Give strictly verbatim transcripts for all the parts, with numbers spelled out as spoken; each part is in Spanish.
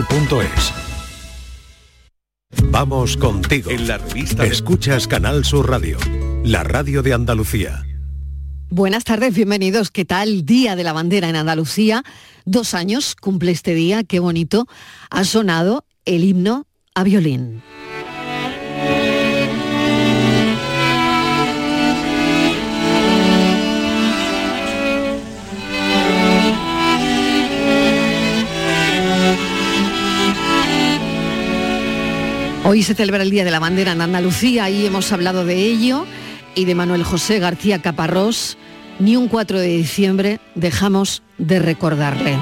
punto es. Vamos contigo. En la revista Escuchas Canal Sur Radio, la radio de Andalucía. Buenas tardes, bienvenidos. ¿Qué tal? Día de la Bandera en Andalucía. Dos años cumple este día, qué bonito. Ha sonado el himno a violín. Hoy se celebra el Día de la Bandera en Andalucía y hemos hablado de ello y de Manuel José García Caparrós. Ni un cuatro de diciembre dejamos de recordarle.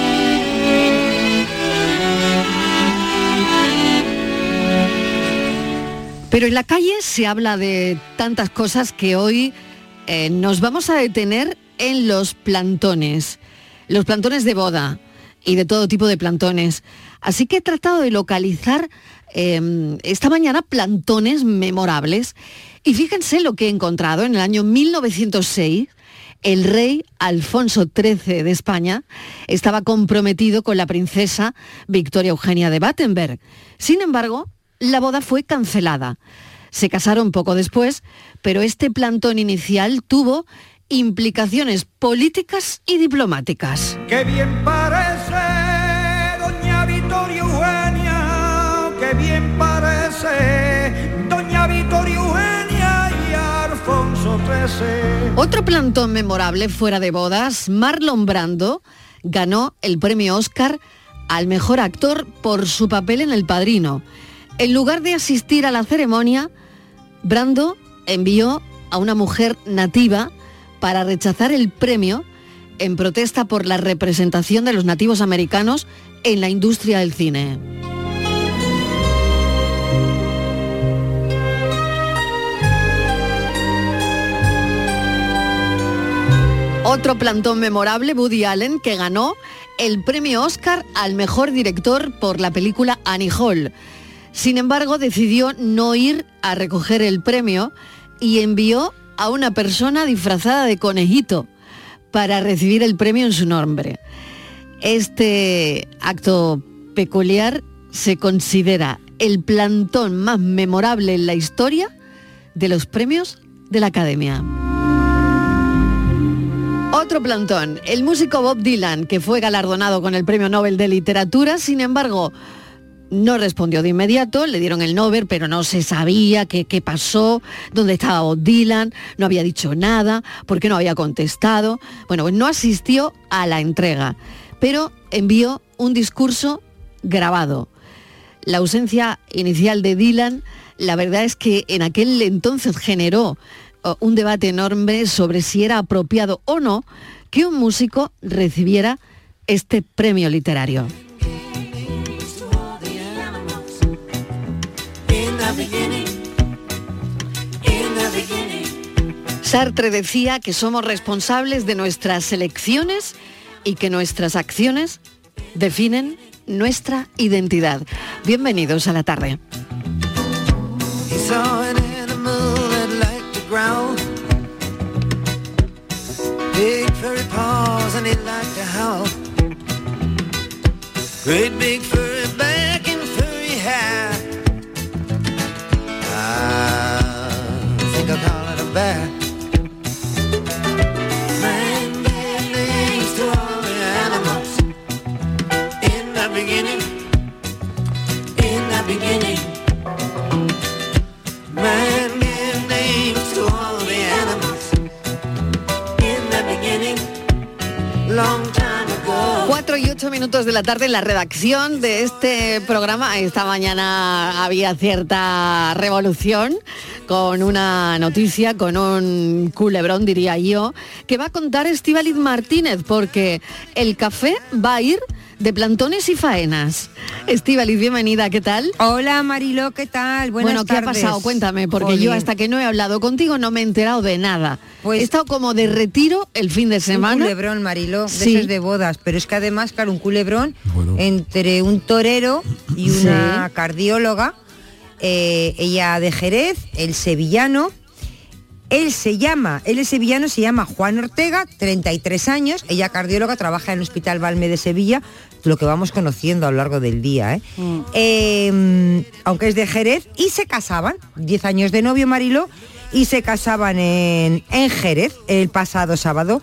Pero en la calle se habla de tantas cosas que hoy eh, nos vamos a detener en los plantones, los plantones de boda y de todo tipo de plantones. Así que he tratado de localizar eh, esta mañana plantones memorables y fíjense lo que he encontrado. En el año mil novecientos seis, el rey Alfonso trece de España estaba comprometido con la princesa Victoria Eugenia de Battenberg. Sin embargo, la boda fue cancelada. Se casaron poco después, pero este plantón inicial tuvo implicaciones políticas y diplomáticas. ¡Qué bien parece, doña Victoria Eugenia! ¡Qué bien parece, doña Victoria Eugenia y Alfonso trece! Otro plantón memorable fuera de bodas, Marlon Brando ganó el premio Oscar al mejor actor por su papel en El Padrino. En lugar de asistir a la ceremonia, Brando envió a una mujer nativa para rechazar el premio en protesta por la representación de los nativos americanos en la industria del cine. Otro plantón memorable, Woody Allen, que ganó el premio Oscar al mejor director por la película Annie Hall. Sin embargo, decidió no ir a recoger el premio y envió a una persona disfrazada de conejito para recibir el premio en su nombre. Este acto peculiar se considera el plantón más memorable en la historia de los premios de la Academia. Otro plantón, el músico Bob Dylan, que fue galardonado con el Premio Nobel de Literatura. Sin embargo, no respondió de inmediato, le dieron el Nobel, pero no se sabía qué, qué pasó, dónde estaba Bob Dylan, no había dicho nada, por qué no había contestado. Bueno, pues no asistió a la entrega, pero envió un discurso grabado. La ausencia inicial de Dylan, la verdad es que en aquel entonces generó uh, un debate enorme sobre si era apropiado o no que un músico recibiera este premio literario. Sartre decía que somos responsables de nuestras elecciones y que nuestras acciones definen nuestra identidad. Bienvenidos a la tarde. Man gave names to all the animals in the beginning, in the beginning. Man gave names to all the animals in the beginning, long time ago. Cuatro y ocho minutos de la tarde en la redacción de este programa. Esta mañana había cierta revolución con una noticia, con un culebrón, diría yo, que va a contar Estíbaliz Martínez, porque el café va a ir de plantones y faenas. Estíbaliz, bienvenida, ¿qué tal? Hola Mariló, ¿qué tal? Buenas bueno, ¿qué tardes. ha pasado? Cuéntame, porque Joder. yo hasta que no he hablado contigo no me he enterado de nada. Pues, he estado como de retiro el fin de semana. Un culebrón, Mariló, de Sí. esos de bodas, pero es que además, claro, un culebrón bueno. entre un torero y una Sí. cardióloga, eh, ella de Jerez, el sevillano, Él se llama, él es sevillano, se llama Juan Ortega, treinta y tres años, ella cardióloga, trabaja en el Hospital Balme de Sevilla, lo que vamos conociendo a lo largo del día, ¿eh? Mm. Eh, aunque es de Jerez, y se casaban, diez años de novio, Mariló, y se casaban en, en Jerez el pasado sábado,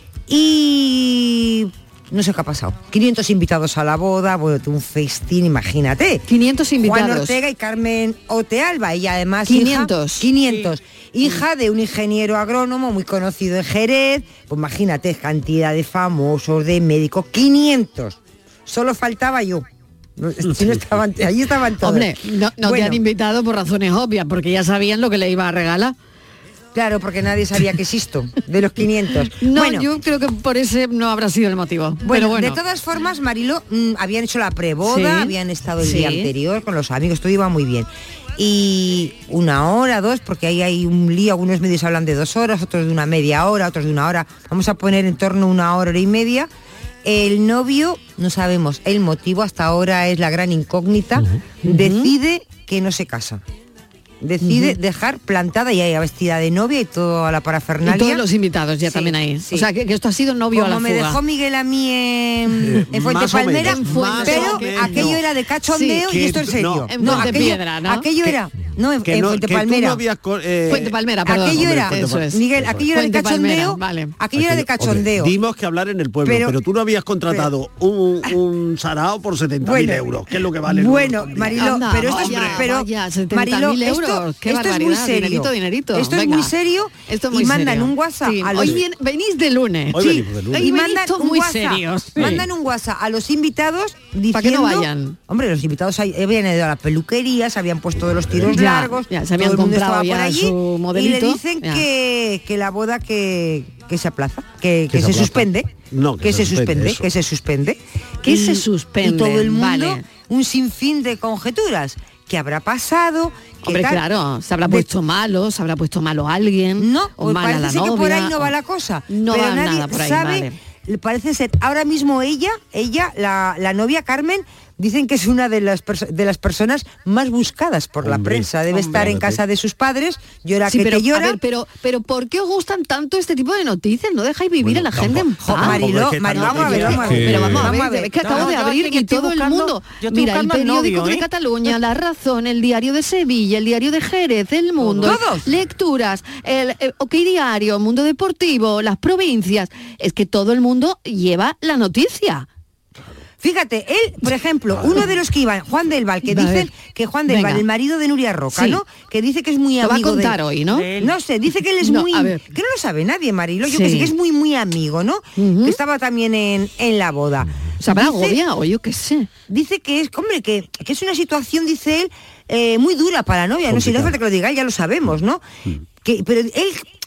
y no sé qué ha pasado, quinientos invitados a la boda, bueno, un festín, imagínate. quinientos invitados. Juan Ortega y Carmen Otealba, ella además quinientos. Hija, quinientos. Sí. Hija de un ingeniero agrónomo muy conocido en Jerez, pues imagínate, cantidad de famosos, de médicos, quinientos. Solo faltaba yo. Si no estaban, allí estaban todos. Hombre, no, no bueno, te han invitado por razones obvias, porque ya sabían lo que le iba a regalar. Claro, porque nadie sabía que existo, de los quinientos. No, bueno, yo creo que por ese no habrá sido el motivo. Bueno, pero bueno. De todas formas, Mariló, mmm, habían hecho la preboda, sí, habían estado el sí. día anterior con los amigos, todo iba muy bien. Y una hora, dos, porque ahí hay un lío, algunos medios hablan de dos horas, otros de una media hora, otros de una hora. Vamos a poner en torno a una hora, hora y media. El novio, no sabemos el motivo, hasta ahora es la gran incógnita, uh-huh. decide que no se casa. Decide uh-huh. dejar plantada y ella vestida de novia y toda la parafernalia. Y todos los invitados ya sí, también ahí. Sí. O sea, que, que esto ha sido novio Como a la fuga. me dejó Miguel a mí en, en Fuente Palmera, pero aquello era de cachondeo sí, y esto es serio. En no, aquello, Piedra, ¿no? Aquello era... No, en, en no, Fuente Palmera. No habías, eh, Fuente Palmera, perdón. Aquello era, hombre, eso es. Miguel, aquello era Fuente de cachondeo. Palmera, vale. Aquello era de cachondeo. Hombre, dimos que hablar en el pueblo, pero, pero tú no habías contratado pero, un, un sarao por setenta mil bueno, euros, que es lo que vale. Bueno, Mariló, Anda, pero esto vaya, es, pero vaya, Mariló, esto, Qué esto es muy serio. Dinerito, dinerito. Esto Venga. es muy serio esto es muy y mandan serio. un WhatsApp sí. a los... Hoy bien, venís de lunes. Hoy sí. venimos de lunes. Y mandan un muy WhatsApp, serios. Sí. mandan un WhatsApp a los invitados diciendo... Para que no vayan. Hombre, los invitados habían ido a la peluquería, se habían puesto de los tiros ya, largos, ya, se habían todo el mundo comprado estaba ya por allí su modelito. Y le dicen que, que la boda que, que se aplaza, que, que, que se, se suspende, no, que, que se, se suspende, suspende que se suspende. Que y, se suspende. Y todo el mundo, vale. un sinfín de conjeturas. ¿Qué habrá pasado? Hombre, tal? claro, se habrá puesto de... malo, se habrá puesto malo alguien. No, o mala parece la ser novia, que por ahí no va o... la cosa. No pero va nadie nada por ahí, sabe, vale. Parece ser, ahora mismo ella, ella, la, la novia Carmen, dicen que es una de las de las personas más buscadas por hombre, la prensa. Debe hombre, estar en casa de sus padres, llora sí, que pero, te llora. A ver, pero, pero ¿por qué os gustan tanto este tipo de noticias? ¿No dejáis vivir bueno, a la tampoco, gente en paz? Mariló, es que Mariló, vamos a ver, vamos a ver. Pero vamos a ver, es que acabo no, de abrir y todo buscando, el mundo. Mira, el periódico novio, ¿eh? de Cataluña, La Razón, el diario de Sevilla, el diario de Jerez, El Mundo, ¿todos? Lecturas, el, el OK Diario, Mundo Deportivo, las provincias. Es que todo el mundo lleva la noticia. Fíjate, él, por ejemplo, uno de los que iban, Juan del Val, que dicen que Juan del Val, el marido de Nuria Roca, sí. ¿no? Que dice que es muy amigo. Lo va a contar de, hoy, ¿no? No sé, dice que él es no, muy... Que no lo sabe nadie, Marilo, yo sí. que sí que es muy, muy amigo, ¿no? Uh-huh. Que estaba también en, en la boda. ¿Se habrá agobiado? Yo qué sé. Dice que es, hombre, que, que es una situación, dice él, eh, muy dura para la novia. No sé si no hace falta que lo diga, él ya lo sabemos, ¿no? Mm. Que, pero él...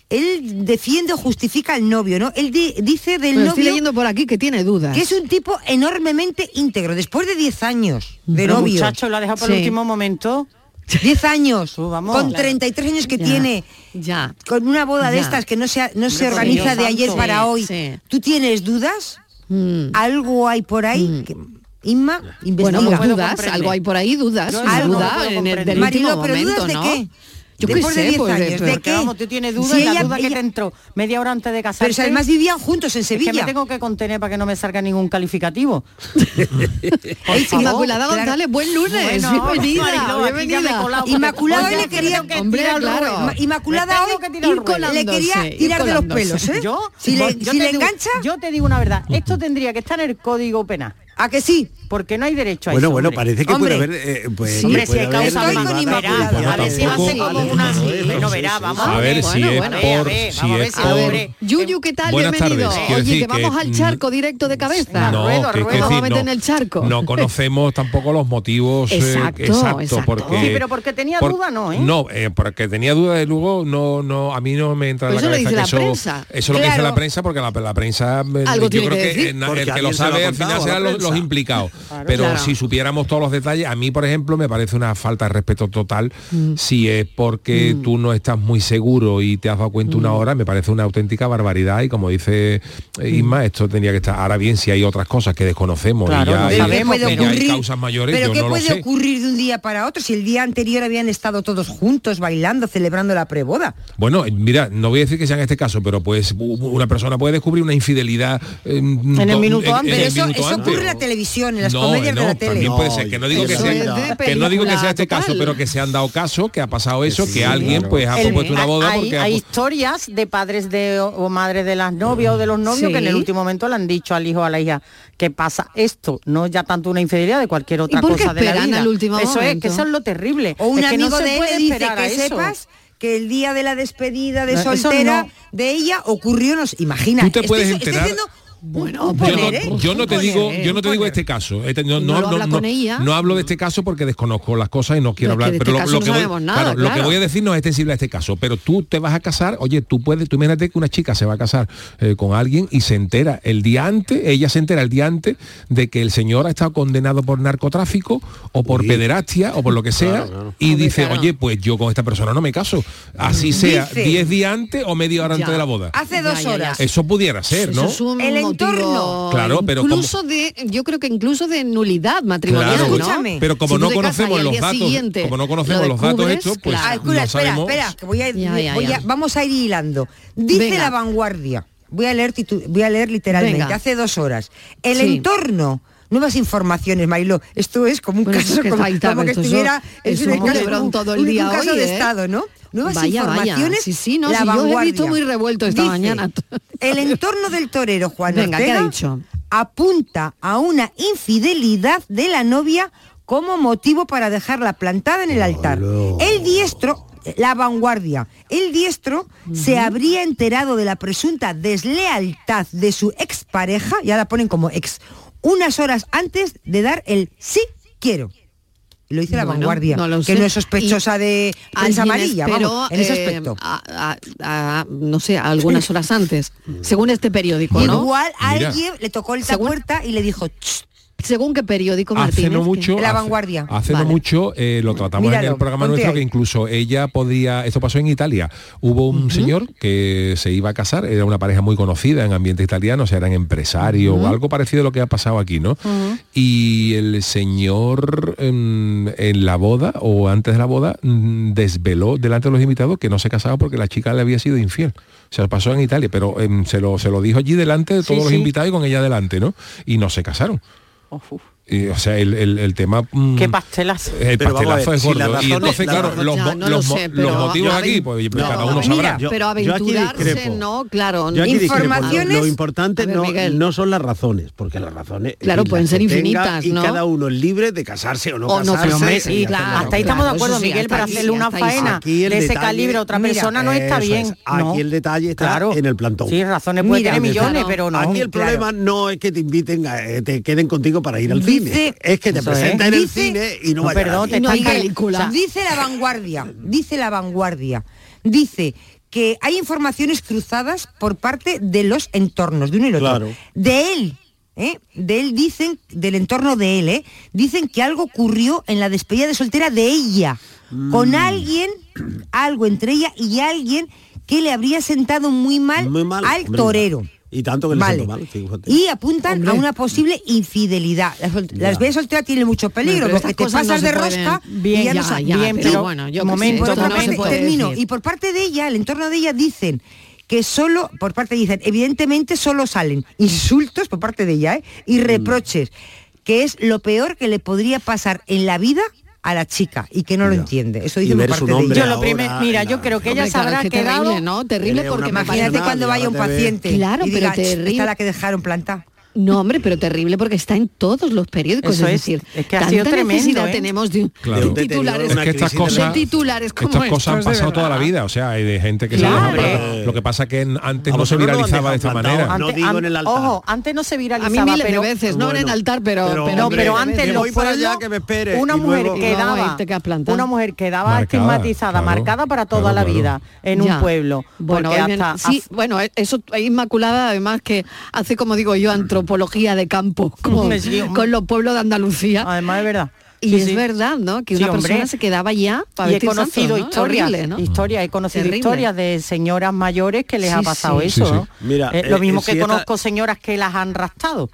Él defiende o justifica al novio, ¿no? Él di, dice del bueno, novio... Estoy leyendo por aquí que tiene dudas. Que es un tipo enormemente íntegro. Después de diez años de pero novio... muchacho, lo ha dejado por sí. el último momento... diez años, uh, vamos, con claro. treinta y tres años que ya, tiene, ya. con una boda ya. de estas que no se, no se organiza Dios de ayer santo. para sí, hoy. Sí. ¿Tú tienes dudas? Mm. ¿Algo hay por ahí? Mm. Que, Inma, investiga. Bueno, pues no dudas, comprender. algo hay por ahí, dudas. Yo algo no en el del Marilo, último pero momento, ¿dudas de ¿no? qué? Yo qué Después sé, de diez pues, años, pero, ¿de Porque qué? vamos, tú tienes dudas Si y la ella- duda que ella- te entró media hora antes de casarte. Pero si además vivían juntos en es que Sevilla. me tengo que contener para que no me salga ningún calificativo. Por Ey, favor. Inmaculada claro. González, buen lunes, Bueno, bienvenida, Mariló, aquí ya me he bienvenida. colado. Inmaculada Oye, hoy le que quería... tengo que Hombre, tirar el claro. ruedo. Ma- Inmaculada Me tengo hoy que tirar el ir ruedo. colando. le quería Colándose, tirar ir de los colándose. pelos, ¿eh? Yo, Si le, yo si te le digo- engancha, yo te digo una verdad, esto tendría que estar en el Código Penal, ¿a que sí? porque no hay derecho a Bueno, eso. bueno, hombre. parece que Hombre. puede haber... Eh, pues, Sí. Hombre, que si hay puede haber causa Estoy con derivada- Inmaculada. verá, Bueno, a ver si hace tampoco- como una Vale, así, vale, no sí, verá, sí, vamos sí. A ver, si bueno, es bueno. A ver, a por... ver, si vamos a ver es si A por... ver, Yuyu, ¿qué tal? Buenas Bienvenido. tardes, quiero Oye, decir que vamos que, al mm, charco directo de cabeza. No, ruedo, que, ruedo. que Vamos a decir, meter no, en el charco. no conocemos tampoco los motivos eh, Exacto, exactos, exacto. porque Sí, pero porque tenía duda, ¿no, eh? No, eh, porque tenía duda de luego, no, no, a mí no me entra en Pero la eso lo cabeza dice que la eso, prensa. eso es lo que dice Claro. la prensa, porque la, la prensa, eh, Algo yo tiene creo que que, decir. eh, na- Porque el que lo alguien se lo ha sabe al final contado a la serán los, prensa. los implicados. Claro, pero claro. si supiéramos todos los detalles, a mí, por ejemplo, me parece una falta de respeto total mm. si es porque mm. tú no estás muy seguro y te has dado cuenta mm. una hora, me parece una auténtica barbaridad y como dice Isma, mm. esto tendría que estar. Ahora bien, si hay otras cosas que desconocemos claro, y ya, no hay, sabemos, y ocurrir, hay causas mayores, pero yo ¿qué no puede lo sé. ocurrir de un día para otro si el día anterior habían estado todos juntos bailando, celebrando la preboda? Bueno, mira, no voy a decir que sea en este caso, pero pues una persona puede descubrir una infidelidad eh, en el minuto en, antes. En pero el eso, minuto eso antes. ocurre en la televisión, en las no, comedias no, de la tele. También No, puede ser, que no digo que sea, que no digo que sea este caso, pero que se han dado casos, que ha pasado eso, sí, que alguien claro. pues ha el, propuesto una boda hay, porque hay ha... historias de padres de o madres de las novias o de los novios sí. que en el último momento le han dicho al hijo o a la hija que pasa esto, no ya tanto una infidelidad de cualquier otra cosa de la vida. Al último eso momento? es que eso es lo terrible. O un es que amigo no se de él puede le dice esperar que a eso. sepas que el día de la despedida de Eso soltera no. de ella ocurrió, nos imagina. Tú te puedes estoy, enterar. estoy Bueno, yo poner, no, ¿eh? yo no te poner, digo, ¿eh? yo no te poner. digo este caso. Este, no, no, no, no, no, con ella. no hablo de este caso porque desconozco las cosas y no quiero no, hablar. Es que pero de lo, este lo, que no voy, nada, claro, claro. lo que voy a decir no es extensible a este caso. Pero tú te vas a casar, oye, tú puedes, tú imagínate que una chica se va a casar eh, con alguien y se entera el día antes, ella se entera el día antes de que el señor ha estado condenado por narcotráfico o por sí. pederastia o por lo que sea, claro, claro. y Hombre, dice, claro. oye, pues yo con esta persona no me caso. Así sea, diez días antes o media hora ya. antes de la boda. Hace dos ya, ya, horas. ya. Eso pudiera ser, Eso ¿no? Es un el motivo... entorno. Claro, pero incluso como... de, yo creo que incluso de nulidad matrimonial, claro, ¿no? Escúchame. Pero como si no conocemos los datos, siguiente, como no conocemos los datos estos, pues claro. ah, escura, no espera, sabemos... espera, que voy a, ya, ya, voy a ya. vamos a ir hilando. Dice Venga. La Vanguardia. Voy a leer titu, voy a leer literalmente Venga. hace dos horas. El sí. entorno. Nuevas informaciones, Mariló. Esto es como un bueno, caso, que como, está, como que esto estuviera es es un un, culebrón todo el día un caso hoy, de ¿eh? Estado, ¿no? Nuevas vaya, informaciones. Vaya. Sí, sí, no, la si Vanguardia. yo he visto muy revuelto esta Dice, mañana. El entorno del torero Juan Venga, Ortega ¿qué ha dicho? apunta a una infidelidad de la novia como motivo para dejarla plantada en el altar. no. El diestro, La Vanguardia, el diestro uh-huh. se habría enterado de la presunta deslealtad de su expareja, ya la ponen como ex, unas horas antes de dar el sí quiero. Lo dice La bueno, Vanguardia, no que no es sospechosa y de prensa amarilla, pero, vamos, en ese eh, aspecto. A, a, a, no sé, a algunas horas antes, según este periódico, ¿no? Igual a Mira. alguien le tocó la Según- puerta y le dijo... ¿Según qué periódico, Hace Martínez? no mucho, La hace- Vanguardia. Hace Vale. no mucho eh, lo tratamos Míralo, en el programa ponte nuestro ahí. que incluso ella podía, esto pasó en Italia, hubo un uh-huh. señor que se iba a casar, era una pareja muy conocida en ambiente italiano, o sea, eran empresarios uh-huh. o algo parecido a lo que ha pasado aquí, ¿no? Uh-huh. Y el señor en, en la boda o antes de la boda mm, desveló delante de los invitados que no se casaba porque la chica le había sido infiel. Se lo pasó en Italia, pero eh, se, lo, se lo dijo allí delante de todos Sí, los sí. invitados y con ella delante, ¿no? Y no se casaron. Uf, uf. Y, o sea, el, el, el tema... Mm, Qué pastelazo. el Pero vamos a pastelazo ver, es si gordo. las y razones- entonces, las claro, razones- los, Ya, mo- no lo los, mo- sé, los pero- motivos yo- aquí, pues no, cada uno mira, sabrá. yo- pero yo aquí aventurarse, discrepo. no, claro. Yo aquí discrepo. Informaciones- Lo, lo importante A ver, no, Miguel. no son las razones, porque las razones Claro, las pueden que ser tenga, infinitas, y ¿no? cada uno es libre de casarse o no O no, casarse. pero hombre, y sí, hacer claro, lo que Hasta ahí estamos de claro, acuerdo, eso sí, Miguel, hasta pero aquí, hacerle una hasta ahí sí. faena Aquí el de ese detalle- calibre a otra mira, persona no está Eso bien. es. Aquí no. el detalle está Claro. en el plantón. Sí, razones puede Mira, tener millones, claro. pero no. Aquí el claro. problema no es que te inviten, a, eh, te queden contigo para ir al Dice- cine. Es que te Eso presentas es. en el Dice- cine y no, No, vaya perdón, nadie. te No hay están- película. o sea, Dice La Vanguardia, dice La Vanguardia, dice que hay informaciones cruzadas por parte de los entornos, de uno y el otro. Claro. De él, ¿eh? De él dicen, del entorno de él, ¿eh? Dicen que algo ocurrió en la despedida de soltera de ella, Mm. con alguien, algo entre ella y alguien que le habría sentado muy mal, Muy mal, al hombre, torero. Y tanto que le Vale. siento mal, fíjate. Y apuntan Hombre. a una posible infidelidad. La, sol- la despedida soltera tiene mucho peligro, Bueno, pero porque estas te cosas pasas no de se pueden- rosca Bien, y ya, ya, no sabes. ya, bien, pero pero bueno, yo un qué momento, sé, Por esto otra no parte, se puede termino. decir. Y por parte de ella, el entorno de ella dicen que solo, por parte dicen, evidentemente solo salen insultos por parte de ella, ¿eh? Y reproches, que es lo peor que le podría pasar en la vida a la chica y que no lo Ya. entiende. Eso Y dice por ver parte su de nombre ella. Yo lo ahora primero, mira, en yo la- creo que ella Hombre, se claro, habrá qué quedado. terrible, ¿no? Terrible Él es porque una me parece... Imagínate Nacional, cuando y vaya un ahora te ve. paciente Claro, y pero diga, "Ch, terrible". esta es la que dejaron plantar. No, hombre, pero terrible porque está en todos los periódicos. Eso es es, decir, es que ha tanta sido tremendo, necesidad ¿eh? tenemos de, Claro. de titulares, Es que estas crisis cosas, de titulares como estas cosas han estos, de pasado toda la verdad. vida, o sea, hay de gente que Claro. se deja Hombre. para- Lo que pasa que en- antes A no se vosotros no lo han viralizaba de esta dejado plantado. manera. No Antes- digo an- en el altar. Ojo, antes no se A viralizaba, mí miles pero de veces, no en Bueno, el altar, pero... pero, no, hombre, pero antes me los voy para allá, pueblos, que me espere, una y mujer luego- que No, daba, ahí te quedas plantado. una mujer que daba Marcada, estigmatizada, claro, marcada para toda claro, la claro. vida en Ya. un pueblo. Bueno, porque hoy viene- hasta sí, bueno, eso es Inmaculada, además que hace, como digo yo, antropología antropología de campo con, con los pueblos de Andalucía. Además es verdad. Y Sí, es sí. verdad, ¿no? Que Sí, una hombre. persona se quedaba ya para Y he vestir conocido santos, ¿no? historias, Horrible, ¿no? historias, he conocido Terrible. historias de señoras mayores que les Sí, ha pasado sí. eso, Sí, sí. ¿no? Mira, Eh, lo eh, mismo eh, que si esta- conozco señoras que las han raptado.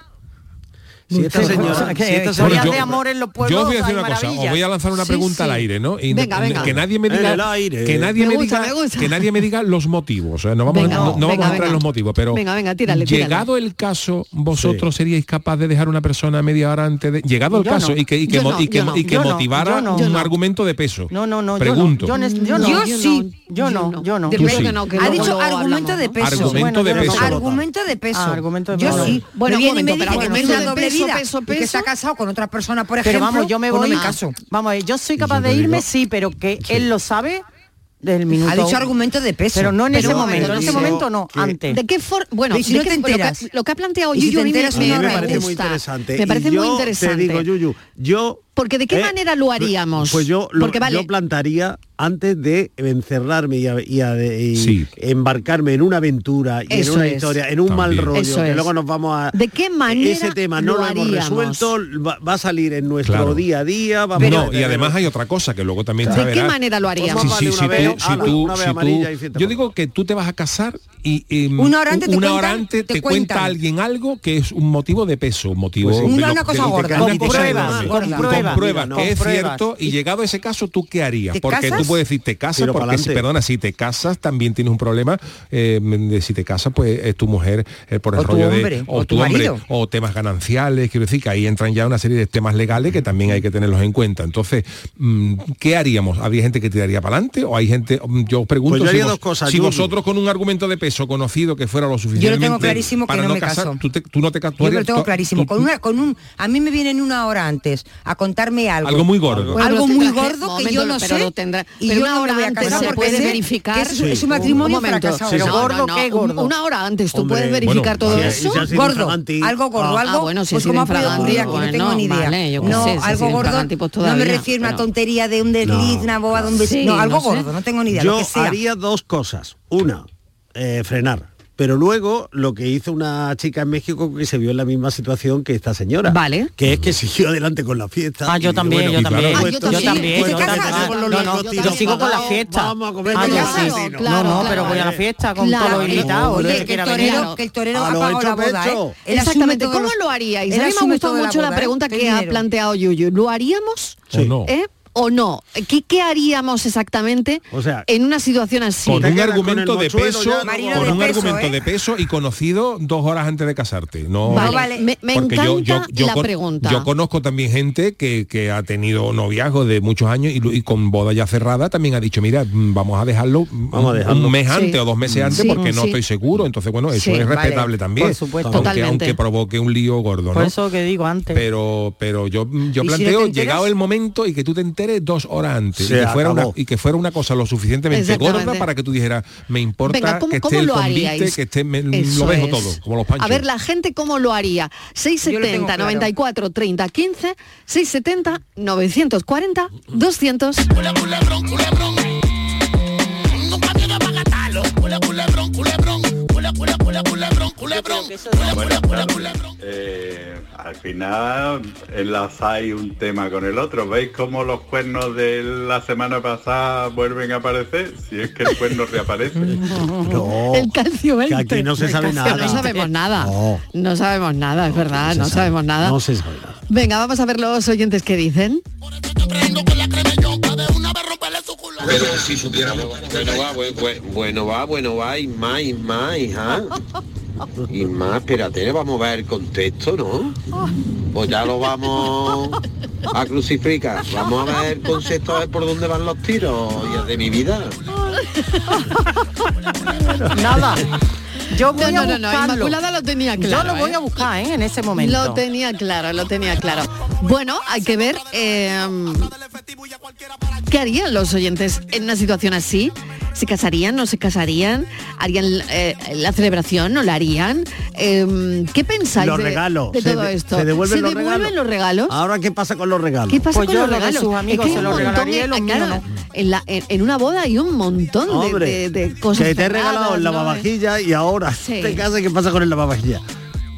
Si esta señora, O sea, que si esta historias señora- Bueno, de yo- amor en los pueblos. Yo os voy a decir hay una cosa, os maravillas. voy a lanzar una Sí, pregunta sí. al aire, ¿no? Y Venga, venga. que nadie me En diga el aire. que nadie Me me, gusta, diga me gusta. que nadie me diga los motivos, ¿eh? no vamos Venga, a, no, no venga, vamos a entrar venga. en los motivos, pero Venga, venga, tírale, tírale. llegado el caso, vosotros seríais capaz de dejar a una persona media hora antes de llegado el Yo caso no. y que y que, Yo mo- no, y que, yo no. y que Yo no, motivara yo no. un Yo no. argumento de peso. No, no, no. Pregunto. Yo no, yo, yo no. Yo sí. Yo no, yo no. De Tú verdad sí. que no, que Ha luego dicho lo argumento hablamos, de ¿no? peso. Argumento de yo no. peso. Argumento de peso. Ah, argumento de Yo peso. sí. Bueno, me un viene y me momento, dice pero que argumento es de doble peso, vida peso, y que peso. está casado con otra persona, por Pero ejemplo. vamos, yo me pues no voy. me caso. Vamos, a ver, yo soy capaz yo de te irme, digo- sí, pero que él lo sabe del minuto. Ha dicho argumento de peso. Pero no en Pero ese un momento, momento, en ese digo momento no, que- antes. ¿De qué forma? Bueno, Y si ¿de no qué- te lo, que, enteras. lo que ha planteado Y si Yuyu te a mí me, enteras, A mí me me no parece gusta. muy interesante. Me parece Y muy yo interesante. Te digo, Yuyu, yo... Porque ¿de qué eh, manera lo haríamos? Pues yo lo, Porque vale, yo plantaría antes de encerrarme y, a- y a- y Sí. embarcarme en una aventura y Eso en una es. historia, en un También. mal rollo, Eso que es. luego nos vamos a... ¿de qué manera Ese tema no lo, hemos haríamos? resuelto, va, va a salir en nuestro Claro. día a día. Vamos a no, y tener- además hay otra cosa que luego también ¿De se qué verá. manera lo haríamos? Sí, Vamos a sí, darle si una tú, vez- si una tú- vez si tú- amarilla y fiesta yo por- digo que tú te vas a casar y eh, Una hora antes te una hora cuentan, antes te te, cuenta cuentan. alguien algo que es un motivo de peso, un motivo Pues sí. de Una- lo- una cosa de- gorda. una Con cosa pruebas, enorme. con pruebas. Con pruebas, Mira, que no. es Con pruebas. cierto, y llegado a ese caso, ¿tú qué harías? ¿Te Porque casas? tú puedes decir te casas, Tiro porque si, pa'lante. perdona, si te casas también tienes un problema eh, de si te casas, pues es tu mujer eh, por el O tu rollo hombre, de o o tu tu hombre, marido. o temas gananciales, quiero decir que ahí entran ya una serie de temas legales que también hay que tenerlos en cuenta. Entonces, mm, ¿qué haríamos? ¿Habría gente que tiraría para adelante o hay gente, mm, yo os pregunto Pues yo si, haría vos- dos cosas, si Yuyu. vosotros con un argumento de peso conocido que fuera lo suficientemente tengo clarísimo que para no me casar, caso. tú, te- tú no te casas. Yo lo tengo clarísimo. Con una, con un, a mí me vienen una hora antes a contarme algo. algo muy gordo. Bueno, algo pero muy tendrá que- gordo que momento, yo no pero sé. lo tendrá- y pero yo una no me hora voy a antes casar se porque puede sé verificar. que es, Sí. es un matrimonio Un momento. fracasado. Pero No, gordo, no, no, ¿qué un- gordo? Una hora antes tú Hombre, puedes verificar bueno, todo si- eso. si ha sido Gordo, infraganti. algo gordo, Ah, algo, bueno, si pues ha sido cómo ha podido infraganti, ocurrir aquí, no bueno, tengo ni idea. vale, yo qué no, sé, si ha algo sido gordo, infraganti, pues no me todavía, refiero a una pero- tontería de un desliz, No. una boda, de un beso, Sí, no, algo no sé. gordo, no tengo ni idea, Yo lo que sea. haría dos cosas. Una, eh, frenar. Pero luego lo que hizo una chica en México que se vio en la misma situación que esta señora. Vale. Que es que siguió adelante con la fiesta. Ah, y yo digo, también, bueno, yo y también. claro, Ah, pues, yo Yo también. también, ¿Te yo casas? también. Hacemos los No, no, largos yo tiros sigo con la pagados, fiesta. vamos a comer Ah, con yo los sí. vecinos. Claro, no, no, claro. pero voy a la fiesta con Claro, todo lo eh, invitado. hombre, Oye, que, que que el quiera torero, venir. que el torero A ha lo pagado hecho la boda, pecho. ¿eh? Él asume Exactamente, todos ¿cómo los- lo haríais? él A mí me ha asume gustado toda la mucho la boda, ¿eh? pregunta Qué que ha dinero. planteado Yuyu. ¿Lo haríamos? Sí. ¿O no? ¿Eh? ¿O no? ¿Qué, qué haríamos exactamente O sea, en una situación así? Con Te un quedas con argumento el de mochuelo peso, ya, Marino con de un peso, argumento ¿eh? de peso y conocido dos horas antes de casarte. No, Vale, vale. me, me Porque encanta yo, yo, yo la con- pregunta. yo conozco también gente que, que ha tenido noviazgos de muchos años y, lo- y con boda ya cerrada también ha dicho, mira, mm, vamos a dejarlo, mm, Vamos a dejarlo. un mes Sí. antes o dos meses antes Sí, porque no sí. estoy seguro. Entonces, bueno, eso Sí, es vale. respetable también. Por supuesto. Aunque, Totalmente. aunque provoque un lío gordo, Por ¿no? eso que digo antes. Pero, pero yo, yo ¿Y si no planteo, te enteras? llegado el momento y que tú te enteres dos horas antes Se y, que fuera una, acabó. y que fuera una cosa lo suficientemente Exactamente. gorda para que tú dijeras, me importa Venga, ¿cómo, que cómo esté el lo convite, haríais? que esté, me- Eso lo dejo es. todo, como los panchos. A ver, la gente cómo lo haría. Yo lo seiscientos tengo setenta, claro. noventa y cuatro, treinta, quince, seiscientos setenta, novecientos cuarenta, doscientos. Eh, al final enlazáis un tema con el otro. ¿Veis cómo los cuernos de la semana pasada vuelven a aparecer? Si es que el cuerno reaparece. No, El calcio que veinte. aquí no se El sabe calcio- nada. No sabemos nada. No. No sabemos nada, es verdad, se no sabe. sabemos nada. No se sabe nada. Venga, vamos a ver los oyentes que dicen. Pero si supiéramos. Bueno va, bu- bu- bueno va, bueno va, y más, y más, hija. Y más, espérate, vamos a ver el contexto, ¿no? Pues ya lo vamos a crucificar. Vamos a ver el concepto, a ver por dónde van los tiros, y es de mi vida. Nada. Yo voy No, a no, no, no, buscarlo. Inmaculada lo tenía claro. Yo lo voy ¿eh? a buscar, ¿eh? En ese momento. Lo tenía claro, lo tenía claro. Bueno, hay que ver eh, qué harían los oyentes en una situación así. ¿Se casarían? ¿No se casarían? ¿Harían eh, la celebración? ¿No la harían? Eh, ¿Qué pensáis Los de, regalos. de ¿Se todo de- esto? ¿Se devuelven, los, devuelven regalos? los regalos? Ahora, ¿qué pasa con los regalos? ¿Qué pasa Pues con yo los lo de regalos? sus amigos hay se un los montón regalaría de- y los míos claro, no. en, la, en, en una boda hay un montón de, Hombre, de- de cosas que te he cerradas, regalado el ¿no? lavavajilla y ahora Sí. te casas, ¿qué pasa con el lavavajilla?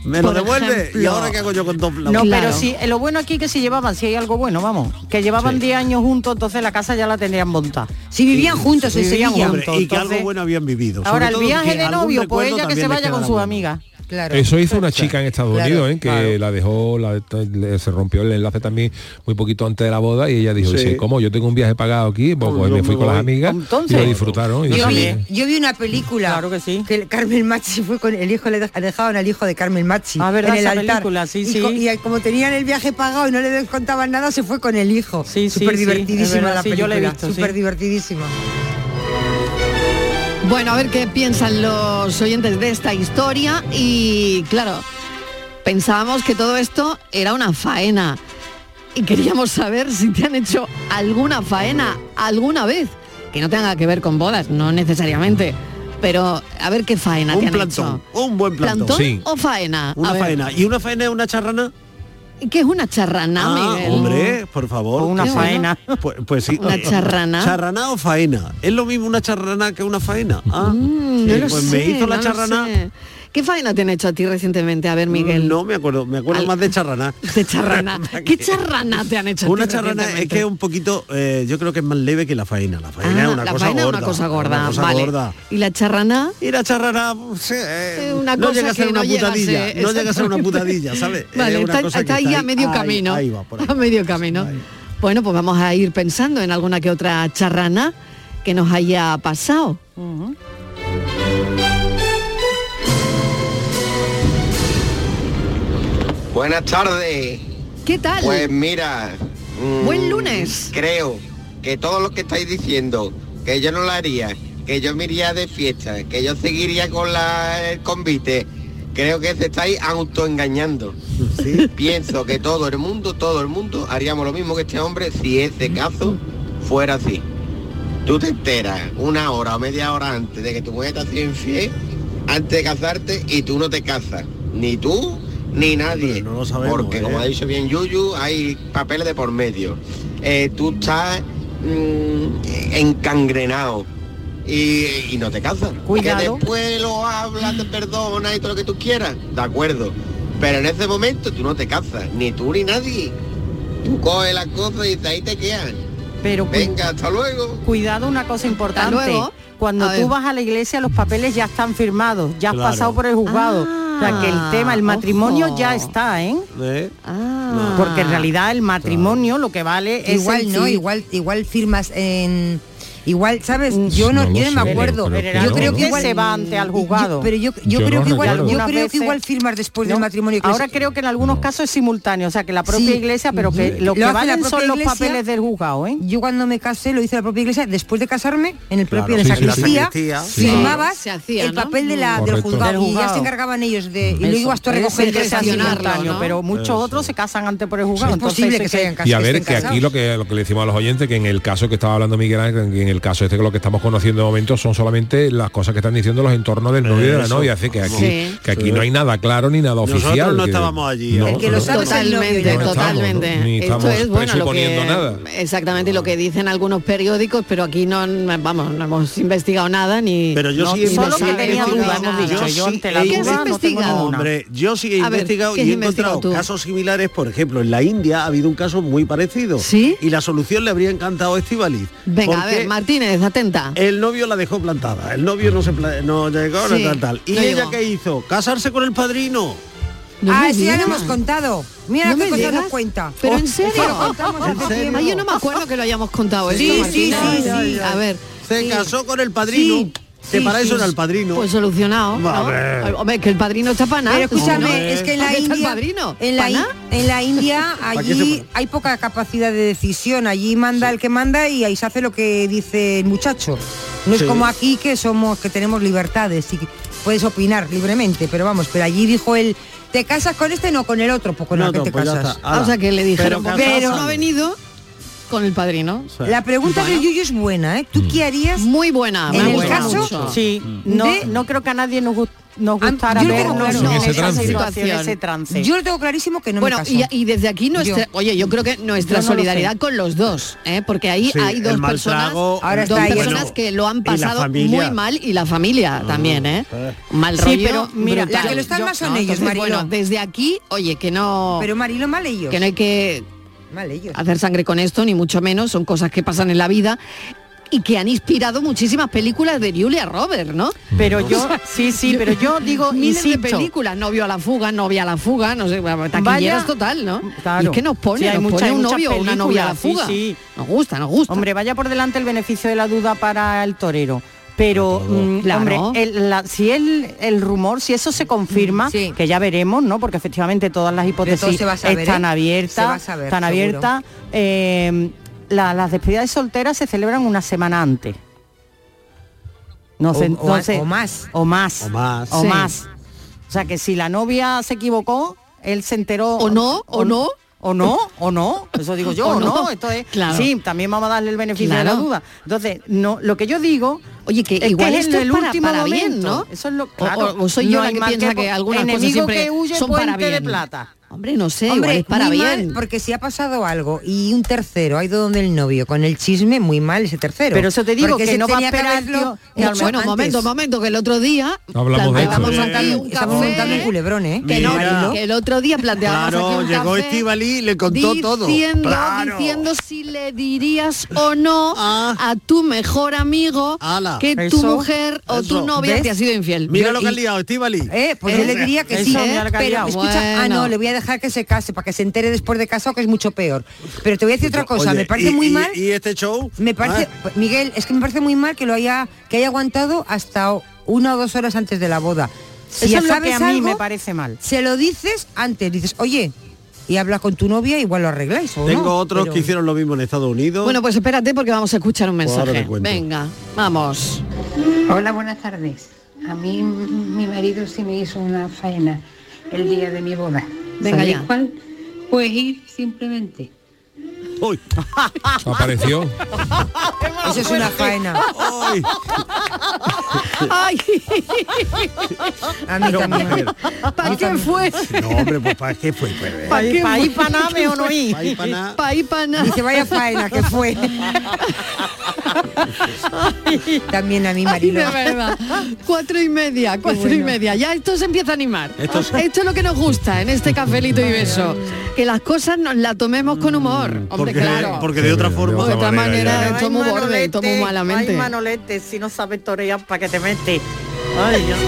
me lo Por devuelve ejemplo. y ahora qué hago yo con dos No, flautas. pero sí, eh, lo bueno aquí que si llevaban, si hay algo bueno, vamos, que llevaban diez años juntos, entonces la casa ya la tendrían montada. Si vivían juntos en vivían Sevilla. juntos. Hombre, y que entonces- algo bueno habían vivido. Ahora, Sobre el todo viaje que de algún novio, pues recuerdo ella que se también les vaya con quedará sus bueno. amigas. Claro. Eso hizo una chica en Estados Claro, Unidos, ¿eh? que claro. la dejó, la- le- se rompió el enlace también muy poquito antes de la boda y ella dijo, Sí. dice, ¿cómo? Yo tengo un viaje pagado aquí, pues, Pues pues yo me fui me con las voy. amigas Entonces- y lo disfrutaron. Y Yo dice, vi, también. yo vi una película Claro que sí. que el Carmen Machi fue con el hijo, le dej- dejaban al hijo de Carmen Machi Ah, verdad, en el esa altar. película, sí, y, sí. co- y al- como tenían el viaje pagado y no le descontaban nada, se fue con el hijo. Sí, sí, Súper sí, divertidísima es verdad, la sí, yo película. la he visto, sí. Súper divertidísima. Bueno, a ver qué piensan los oyentes de esta historia y claro, pensábamos que todo esto era una faena y queríamos saber si te han hecho alguna faena alguna vez, que no tenga que ver con bodas, no necesariamente, pero a ver qué faena te Un han plantón, hecho. un buen plantón. ¿Plantón Sí. o faena? Una A ver, faena. ¿Y una faena es una charrana? ¿qué es una charrana, Ah, Miguel? hombre, por favor. O una Qué bueno. faena. Pues, pues sí. Una charrana. ¿Charrana o faena? ¿Es lo mismo una charrana que una faena? Ah, Mm, no sí, lo pues sé, me hizo la no lo charrana. sé. ¿Qué faena te han hecho a ti recientemente? A ver, Miguel. No me acuerdo, me acuerdo Al- más de charrana. De charrana. ¿Qué charrana te han hecho a ti Una charrana es recientemente? que es un poquito, eh, yo creo que es más leve que la faena. La faena Ah, es una la cosa faena gorda. es una cosa gorda, una cosa vale. gorda. ¿Y la charrana? Y la charrana, pues, eh, Eh, una no cosa llega a ser que una no llega a putadilla, ser, no llega a ser una exactamente. putadilla, ¿sabes? Vale, Es una está, cosa está que ahí está a medio ahí, camino. ahí va, por ahí. A medio camino. Ahí. Bueno, pues vamos a ir pensando en alguna que otra charrana que nos haya pasado. Buenas tardes. ¿Qué tal? Pues mira, mm, Buen lunes. Creo que todo lo que estáis diciendo, que yo no lo haría, que yo me iría de fiesta, que yo seguiría con la, el convite, creo que se estáis autoengañando. ¿Sí? Pienso que todo el mundo, todo el mundo haríamos lo mismo que este hombre si ese caso fuera así. Tú te enteras una hora o media hora antes de que tu mujer te ha sido infiel, antes de casarte, y tú no te casas. Ni tú, ni nadie. Pero no lo sabemos, porque ¿eh? como ha dicho bien Yuyu, hay papeles de por medio. Eh, tú estás mm, encangrenado. Y, y no te casas. Cuidado. Que después lo hablas, te perdonas y todo lo que tú quieras. De acuerdo. Pero en ese momento tú no te casas. Ni tú ni nadie. Tú coges las cosas y dices, ahí te quedas. Pero cu- Venga, hasta luego. cuidado, una cosa importante. Hasta luego. Cuando A tú ver. vas a la iglesia, los papeles ya están firmados, ya has Claro. pasado por el juzgado. o sea que el Ah, tema, el matrimonio ojo. ya está, ¿eh? ¿Eh? Ah. Porque en realidad el matrimonio lo que vale es Igual el no, sí. igual igual firmas en igual, ¿sabes? Yo no, no lo yo no me sé, acuerdo. creo Pero que el Yo creo alcalde que igual se va ante al juzgado. Yo- pero yo, yo, Yo creo no que igual recuerdo. yo Algunas creo que veces- igual firmas después ¿no? del matrimonio. que Ahora es- creo que en algunos casos es simultáneo, o sea que la propia Sí. iglesia, pero que Sí. lo que Lo hace la valen propia son los iglesia. papeles del juzgado, ¿eh? Yo cuando me casé lo hice la propia iglesia después de casarme en el propio Claro, en la sí, sí, sí. sacristía, La sacristía, firmabas sí. Se hacía, el ¿no? papel de la, del Correcto. juzgado Del y ya juzgado. se encargaban ellos de y Eso, luego ibas tú a puede recoger ser que el sea gestionarlo, simultáneo, ¿no? pero muchos Eso. otros se casan antes por el juzgado. Es entonces posible que ese se hayan que- casado. Y a ver, estén que aquí casados. lo que lo que le decimos a los oyentes, que en el caso que estaba hablando Miguel Ángel, que en el caso este que lo que estamos conociendo de momento son solamente las cosas que están diciendo los entornos del novio y de la Eso, novia, así que aquí, Sí. que aquí Sí. no hay nada claro ni nada Nosotros oficial. no que- estábamos allí, No, El que lo no. sabe es el novio, Totalmente, ya no estamos, totalmente. ¿no? Ni Esto estamos es bueno lo presuponiendo que nada. exactamente lo que dicen algunos periódicos, pero aquí no vamos, no hemos investigado nada ni Pero yo No, sí he solo que investigado- tenía dudas, hemos dicho, Yo yo sí ante la he duda duda no tengo investigado. ninguna. Hombre, yo sí he A ver, investigado ¿qué y has he investigado encontrado tú? casos similares, por ejemplo, en la India ha habido un caso muy parecido. ¿Sí? Y la solución le habría encantado a Estíbaliz. Venga, a porque ver, Martínez, atenta. el novio la dejó plantada, el novio no se pla- no llegó, no Sí, tal, tal. ¿Y no ella llegó. qué hizo? Casarse con el padrino. No ah, me sí, ya lo digas. hemos contado. Mira ¿No qué me cosa digas? nos cuenta. Pero Oh, en serio. eso lo contamos hace ¿En serio? tiempo. Ay, yo no me acuerdo que lo hayamos contado Sí, esto, sí, Martínez. sí, sí. A ver, Se Sí. casó con el padrino, Sí, que sí, para sí. eso era el padrino. pues solucionado, ¿no? A ver. Hombre, que el padrino está para nada. Pero escúchame, Hombre. es que en la ¿Dónde está el India, padrino? en la, ¿Pa' I- nada? en la India ¿Pa' qué se allí fue? hay poca capacidad de decisión. Allí manda el que manda y ahí se hace lo que dice el muchacho. No Sí. es como aquí que somos que tenemos libertades y que puedes opinar libremente, pero vamos, pero allí dijo él, ¿te casas con este no con el otro? Pues con No, el que no, te pues ya casas. está. Ah, Ala. o sea que le dijeron, Pero pero, casarse. no ha venido con el padrino. O sea, La pregunta Bueno. de Yuyu es buena, ¿eh? ¿Tú qué harías? Muy buena. En me el gusta caso- mucho. Sí, no, de- no creo que a nadie nos guste. nos gustara yo lo ver tengo claro. en En ese esa trance. situación, ese trance. Yo lo tengo clarísimo que no Bueno, me casó. y, y desde aquí nuestra, Yo. oye, yo creo que nuestra Yo no lo solidaridad sé. con los dos, ¿eh? Porque ahí Sí, hay dos el mal personas, trago, Ahora dos está ahí, personas bueno, que lo han y la pasado familia. muy mal y la familia también, ¿eh? eh. Un mal Sí, rollo. pero mira, brutal. las que lo están Yo- más son no, ellos, entonces, Marilo. bueno, desde aquí, oye, que no, Pero Marilo, mal ellos. que no hay que Mal ellos. hacer sangre con esto, ni mucho menos, son cosas que pasan en la vida y que han inspirado muchísimas películas de Julia Roberts, ¿no? Pero yo, sí, sí, pero yo digo, Miles de insisto, películas, novio a la fuga, novia a la fuga, no sé, taquilleras Vaya- total, ¿no? Claro. Y es que nos pone, Sí, hay nos mucha- pone hay un muchas novio o una novia a la películas, fuga. sí, sí. Nos gusta, nos gusta. hombre, vaya por delante el beneficio de la duda para el torero. Pero, mm, Claro. hombre, el- la- si el, el rumor, si eso se confirma, Sí. que ya veremos, ¿no? Porque efectivamente todas las hipótesis todo se va a saber, están ¿eh? abiertas, Se va a saber, están seguro. abiertas. eh, la- las despedidas solteras se celebran una semana antes. No sé, O- o no a- sé. o más. O más. O más. O Sí. más. O sea que si la novia se equivocó, él se enteró. O no, o no. O no, o no, eso digo yo, O o no, no. esto es, Claro. sí, también vamos a darle el beneficio de la Claro. duda. Entonces, no, lo que yo digo, Oye, que es igual que esto en es el para- último para bien, momento, ¿no? Eso es lo O- claro. o- o soy yo no la hay que mal piensa po- que algunas cosas enemigo siempre que huye, son para puente de bien. plata. Hombre, no sé, Hombre, igual es para muy bien. mal, porque si ha pasado algo y un tercero ha ido donde el novio con el chisme, muy mal ese tercero. Pero eso te digo, Porque que se no va a tenía que esperar, haberlo tío, Que, hecho bueno, antes. momento, momento, que el otro día Hablamos de planteamos esto. aquí Estamos un estamos café, montando un culebrón, ¿eh? que, no, Mira. que el otro día planteábamos Claro, aquí un llegó café Estíbaliz y le contó todo. diciendo, Claro. diciendo si le dirías o no Ah. a tu mejor amigo Ala. que tu Eso, mujer o tu eso. novia ¿Ves? te ha sido infiel. Mira Yo- lo que has y- liado, Estíbaliz. Eh, pues yo le diría que Eso sí, me ha pero callado. escucha, ah Bueno. no, le voy a dejar que se case para que se entere después de casado, que es mucho peor. Pero te voy a decir otra cosa, Oye, me parece y- muy y- mal. ¿Y este show? Me parece, Ah, Miguel, es que me parece muy mal que lo haya, que haya aguantado hasta una o dos horas antes de la boda. Si Eso ya es lo sabes que a mí algo, me parece mal. se lo dices antes, dices, oye, y habla con tu novia, igual lo arregláis. ¿o Tengo no? otros Pero- que hicieron lo mismo en Estados Unidos. Bueno, pues espérate porque vamos a escuchar un Pues ahora mensaje. te cuento. Venga, vamos. Hola, buenas tardes. A mí m- mi marido sí me hizo una faena el día de mi boda. Venga ¿Sabéis ya. cuál? Pues ir simplemente. Uy, Apareció. Eso es una faena. uy. Ay, A mí también. ¿para qué fue? No, hombre, pues ¿para qué fue? Pues, eh, ¿Para qué Para fue? ir para nada o no ir. pa' ir pa' nada. Pa' ir pa' nada. Dice, vaya faena que fue. También a mí, Ay, Marilo. de verdad. Cuatro y media, cuatro y media. Ya esto se empieza a animar. Esto Esto, es- es lo que nos gusta en este cafelito y beso. Que las cosas nos las tomemos con humor. Hombre, porque, claro. porque de otra Sí, forma... de otra manera, ya. esto Ay, muy borde, Manolete, esto muy malamente. Ay, Manolete, si no sabes torear, ¿para qué te metes? Ay, ya.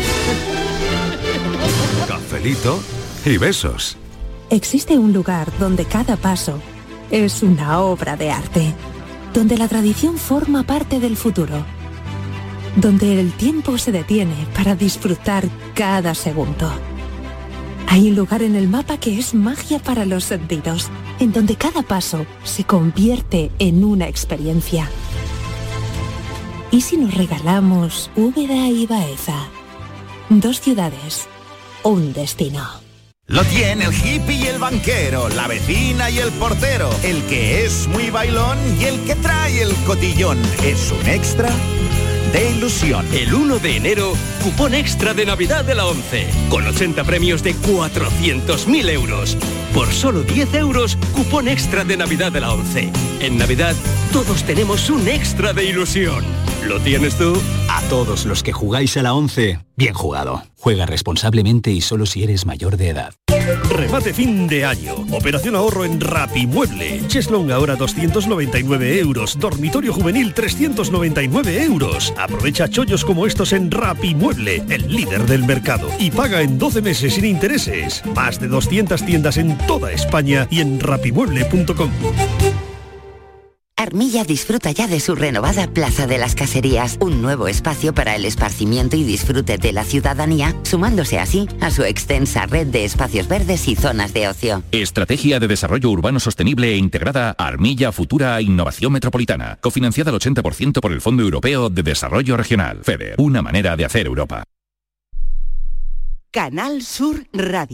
Cafelito y besos. Existe un lugar donde cada paso es una obra de arte, donde la tradición forma parte del futuro, donde el tiempo se detiene para disfrutar cada segundo. Hay un lugar en el mapa que es magia para los sentidos, en donde cada paso se convierte en una experiencia. ¿Y si nos regalamos Úbeda y Baeza? Dos ciudades, un destino. Lo tiene el hippie y el banquero, la vecina y el portero, el que es muy bailón y el que trae el cotillón. Es un extra de ilusión. El uno de enero, cupón extra de Navidad de la ONCE, con ochenta premios de cuatrocientos mil euros. Por solo diez euros, cupón extra de Navidad de la ONCE. En Navidad, todos tenemos un extra de ilusión. ¿Lo tienes tú? A todos los que jugáis a la once, bien jugado. Juega responsablemente y solo si eres mayor de edad. Remate fin de año. Operación ahorro en Rapimueble. Cheslong ahora doscientos noventa y nueve euros. Dormitorio juvenil trescientos noventa y nueve euros. Aprovecha chollos como estos en Rapimueble, el líder del mercado. Y paga en doce meses sin intereses. Más de doscientas tiendas en toda España y en rapimueble punto com. Armilla disfruta ya de su renovada Plaza de las Caserías, un nuevo espacio para el esparcimiento y disfrute de la ciudadanía, sumándose así a su extensa red de espacios verdes y zonas de ocio. Estrategia de Desarrollo Urbano Sostenible e Integrada Armilla Futura Innovación Metropolitana, cofinanciada al ochenta por ciento por el Fondo Europeo de Desarrollo Regional, FEDER, una manera de hacer Europa. Canal Sur Radio.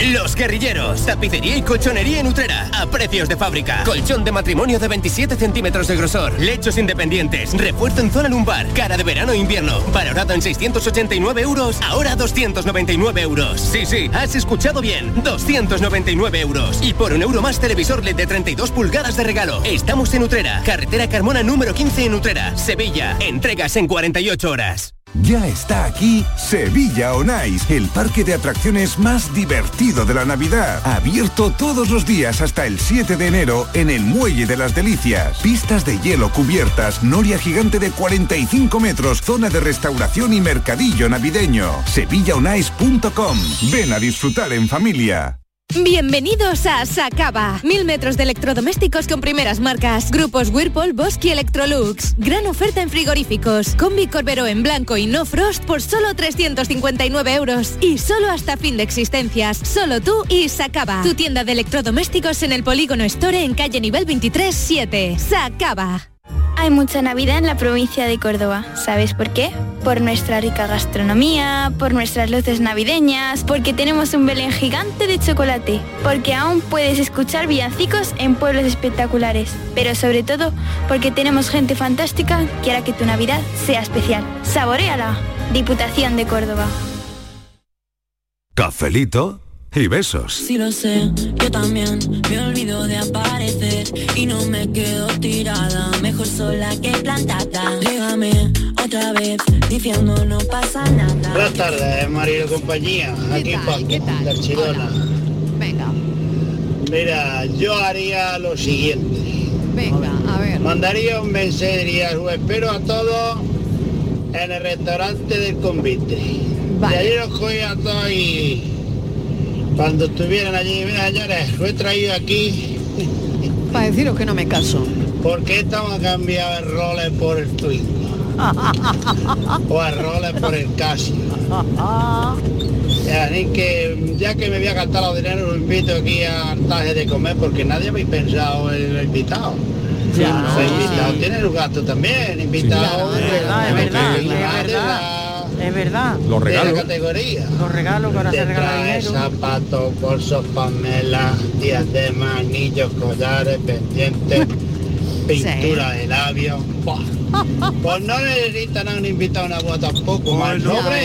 Los Guerrilleros, tapicería y colchonería en Utrera, a precios de fábrica. Colchón de matrimonio de veintisiete centímetros de grosor, lechos independientes, refuerzo en zona lumbar, cara de verano e invierno, valorado en seiscientos ochenta y nueve euros, ahora doscientos noventa y nueve euros. Sí, sí, has escuchado bien, doscientos noventa y nueve euros. Y por un euro más televisor L E D de treinta y dos pulgadas de regalo. Estamos en Utrera, carretera Carmona número quince en Utrera, Sevilla. Entregas en cuarenta y ocho horas. Ya está aquí Sevilla On Ice, el parque de atracciones más divertido de la Navidad. Abierto todos los días hasta el siete de enero en el Muelle de las Delicias. Pistas de hielo cubiertas, noria gigante de cuarenta y cinco metros, zona de restauración y mercadillo navideño. sevilla on ice punto com. Ven a disfrutar en familia. Bienvenidos a Sacaba. Mil metros de electrodomésticos con primeras marcas. Grupos Whirlpool, Bosch y Electrolux. Gran oferta en frigoríficos. Combi Corbero en blanco y no frost por solo trescientos cincuenta y nueve euros. Y solo hasta fin de existencias. Solo tú y Sacaba. Tu tienda de electrodomésticos en el Polígono Store en calle nivel veintitrés siete. Sacaba. Hay mucha Navidad en la provincia de Córdoba. ¿Sabes por qué? Por nuestra rica gastronomía, por nuestras luces navideñas, porque tenemos un Belén gigante de chocolate, porque aún puedes escuchar villancicos en pueblos espectaculares, pero sobre todo porque tenemos gente fantástica que hará que tu Navidad sea especial. ¡Saboréala! Diputación de Córdoba. Cafelito y besos. Sí lo sé, yo también me olvido de aparecer y no me quedo tirada, mejor sola que plantada. Dígame otra vez, diciendo no pasa nada. Buenas tardes, María y compañía, aquí Paco, de Archidona. Venga. Mira, yo haría lo siguiente. Venga, a ver. Mandaría un mensaje, diría, os espero a todos en el restaurante del convite. Vale. Y allí los cogía a todos y cuando estuvieran allí, mira señores, lo he traído aquí. Para deciros que no me caso. ¿Por qué estamos a cambiar el roles por el Twingo? O el roles por el Casio. Ya, ni que, ya que me voy a gastar los dineros, lo invito aquí a taje de comer porque nadie me ha pensado en el invitado. Ya, no, los invitados sí. Tienen un gasto también, invitados. Sí, claro, es verdad, es verdad, es verdad. Es verdad. Los regalos. De la categoría. Los regalos para hacer regalar dinero. Zapatos, bolsos, pamelas, diademas, anillos, collares, pendientes, pintura sí. de labios. Buah. Pues no necesitan a un invitado a una boda tampoco, más no, nombre.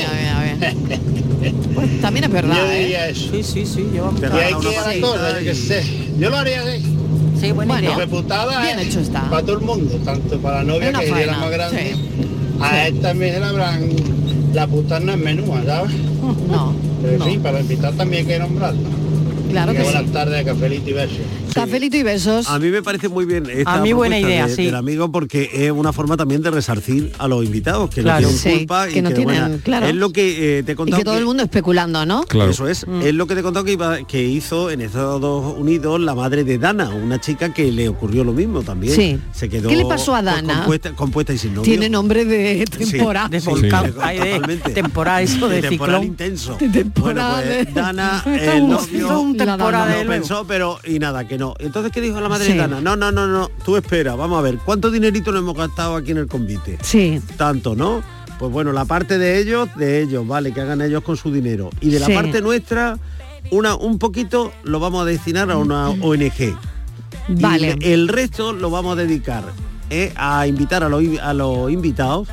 Pues también es verdad. Yo diría ¿eh? eso. Sí, sí, sí. Yo y hay que hacer cosas, yo qué sé. Yo lo haría así. Sí, bueno, bueno reputada bien hecho está. Para todo el mundo, tanto para la novia que sería la más grande. Sí. A sí. esta también se la habrán. La puta no es menúa, ¿sabes? No. Pero en no. fin, para invitar también hay que nombrarla. Claro que, que buenas sí. tardes, cafelito y besos. Sí. Cafelito y besos. A mí me parece muy bien esta a mí buena idea, de, sí. del amigo porque es una forma también de resarcir a los invitados que claro, no tienen sí, culpa que y no que tienen, bueno, claro. es lo que eh, te he contado y que todo que, el mundo especulando, ¿no? Claro. Eso es, mm. es lo que te he contado que, iba, que hizo en Estados Unidos la madre de Dana, una chica que le ocurrió lo mismo también. Sí. Se quedó ¿Qué le pasó a Dana? Pues, compuesta, compuesta y sin novio. Tiene nombre de temporada. Sí, de volcán, sí, hay de temporada eso de, de ciclón. intenso. De temporada. Bueno, pues Dana, el novio un temporada lo pensó, pero y nada, que no. Entonces, ¿qué dijo la madre sí. de Dana? No, no, no, no, tú espera, vamos a ver, ¿cuánto dinerito nos hemos gastado aquí en el convite? Sí. Tanto, ¿no? Pues bueno, la parte de ellos, de ellos, vale, que hagan ellos con su dinero. Y de la sí. parte nuestra, una, un poquito lo vamos a destinar a una O N G. Vale. Y el resto lo vamos a dedicar eh, a invitar a los, a los invitados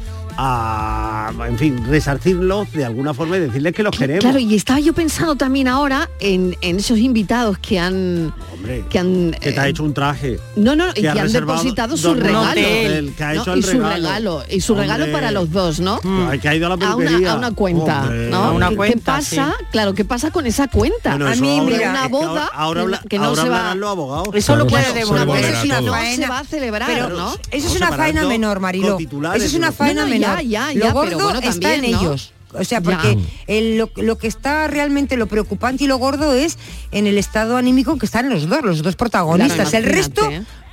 a, en fin, resarcirlos de alguna forma y decirles que los queremos. Claro, y estaba yo pensando también ahora en, en esos invitados que han... Hombre, que han... Que te ha hecho un traje. No, no, y que han depositado su regalo. Hotel, que ha hecho ¿no? el y su regalo. regalo. Y su Hombre. regalo para los dos, ¿no? Mm. Hay que ha ido a la a peluquería. una, a una cuenta, Hombre. ¿no? A una ¿Qué, cuenta, ¿Qué pasa? sí. Claro, ¿qué pasa con esa cuenta? Bueno, a mí, ahora, mira, una boda ahora, ahora, que no ahora se va... los abogados. Eso claro, lo puede eso devolver. se Eso es una no faena, se va a celebrar, pero ¿no? Eso es Vamos una faena separando menor, Mariló. titulares, Eso es una ¿no? faena No, no, menor. ya, ya, lo ya, gordo pero bueno, está en también, ¿no? ellos. O sea, porque el, lo, lo que está realmente lo preocupante y lo gordo es en el estado anímico que están los dos, los dos protagonistas. Claro, el resto, imagínate.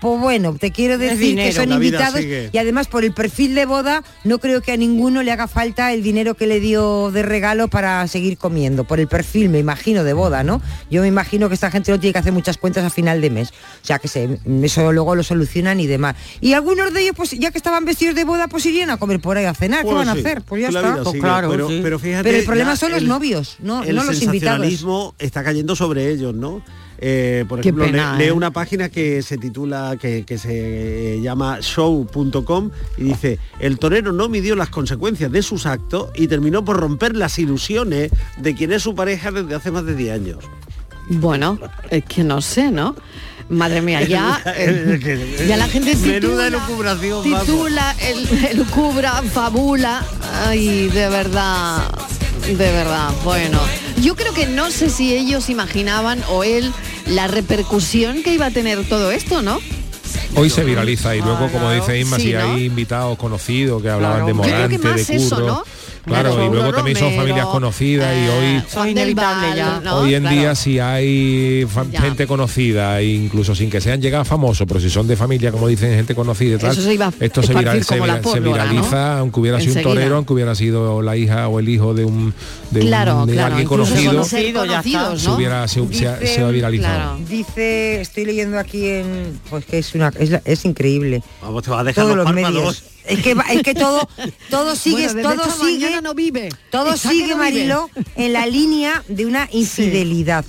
Pues bueno, te quiero decir dinero, que son la vida invitados sigue. y además por el perfil de boda no creo que a ninguno le haga falta el dinero que le dio de regalo para seguir comiendo. Por el perfil, me imagino, de boda, ¿no? Yo me imagino que esta gente no tiene que hacer muchas cuentas a final de mes. O sea que se, eso luego lo solucionan y demás. Y algunos de ellos, pues ya que estaban vestidos de boda, pues irían a comer por ahí a cenar. Bueno, ¿Qué van sí, a hacer? Pues ya que la está. vida Pues sigue, claro, pero, sí. pero fíjate, Pero el problema ya son los el- novios, no, el no los invitados. sensacionalismo está cayendo sobre ellos, ¿no? Eh, por Qué ejemplo, pena, le- ¿eh? leo una página que se titula, que, que se llama show punto com y dice, el torero no midió las consecuencias de sus actos y terminó por romper las ilusiones de quien es su pareja desde hace más de diez años. Bueno, es que no sé, ¿no? Madre mía, ya, eh, ya la gente Menuda titula, elucubración, vamos. titula, el, elucubra, fabula, ay, de verdad, de verdad, bueno. Yo creo que no sé si ellos imaginaban o él la repercusión que iba a tener todo esto, ¿no? Hoy se viraliza y luego, como dice Inma, Sí, si ¿no? hay invitados conocidos que hablaban Claro. de Yo creo que Morante, más de eso, Curro. ¿no? Claro, Claro, y luego también son Romero, familias conocidas y hoy Juan inevitable del Val, ya. ¿no? hoy en Claro. día si hay fa- Ya. gente conocida, e incluso sin que sean llegados famosos, pero si son de familia, como dicen, gente conocida y tal, Eso se iba a esto se, esparcir vira- se como la vira- se pólvora, viraliza, ¿no? aunque hubiera sido un Enseguida. torero, aunque hubiera sido la hija o el hijo de un de, un- Claro, de claro, alguien incluso conocido, con ser conocidos, se ¿no? hubiera se, se- Dice- se ha viralizado. Dice, estoy leyendo aquí en, pues que es una, es, la- es increíble. Vamos, te va a dejar Todos los los párpados. medios. Es que va- es que todo todo sigue Bueno, desde todo esta sigue mañana no vive. todo Esta que sigue, no vive. Mariló, en la línea de una infidelidad.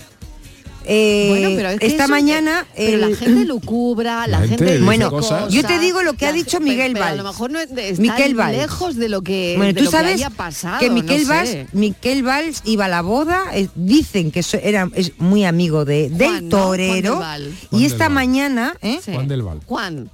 Eh, Bueno, pero es que esta eso- mañana pero la el- gente lucubra, la, La gente, gente dice bueno, cosas. yo te digo lo que ha la dicho gente- Miguel pero a Valls. lo mejor no es- está Miquel Valls. lejos de lo que, Bueno, de tú lo que sabes haya pasado, que Miquel no Valls, sé. Miquel Valls iba a la boda, eh, dicen que so- era es muy amigo de Juan, del ¿no? torero Juan del Val. Juan y del esta Val. mañana, ¿eh? Sí. Juan del Val. Juan.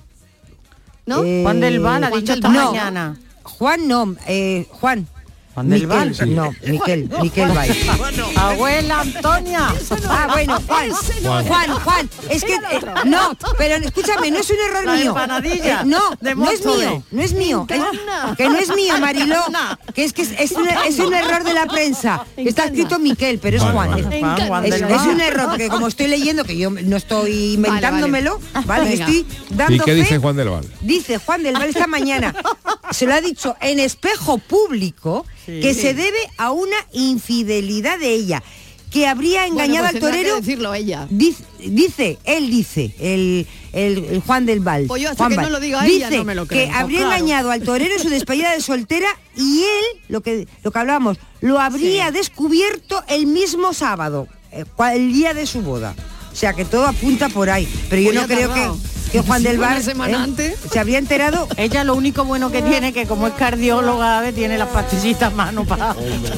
¿No? Eh, Juan del Val ha Juan dicho del esta Val. mañana. Juan no, eh, Juan. Juan del Miquel, Val. Sí. no, Miquel, Miquel Valls. Abuela Antonia. Ah, bueno, Juan, Juan. Juan, Juan, es que eh, no, pero escúchame, no es un error La mío. empanadilla Eh, no, de no es Móstoles. mío, no es mío, es- que no es mío, Mariló, que es que es, es, un, es un error de la prensa. Está escrito Miquel, pero es Vale, Juan. vale. Es, Juan, Juan es- del es Val. un error, porque como estoy leyendo, que yo no estoy inventándomelo, ¿vale? Venga. Estoy dando ¿Y qué fe. dice Juan del Val? Dice Juan del Val esta mañana, se lo ha dicho en espejo público, que se debe a una infidelidad de ella, que habría engañado Bueno, pues al tendrá que torero. decirlo ella. Dice, dice, él dice, el, el- el Juan del Val. Pues yo hasta Juan que Val, no lo diga dice ella no me lo creo. que Pues habría claro. engañado al torero en su despedida de soltera y él, lo que, lo que hablábamos, lo habría Sí. descubierto el mismo sábado, eh, cua- el día de su boda. O sea que todo apunta por ahí. Pero yo Pues no ya creo tardado. que, que Juan Sí, del una Val semana eh, antes. se habría enterado. Ella lo único bueno que tiene que como es cardióloga, ¿ves? Tiene las pastillitas a mano para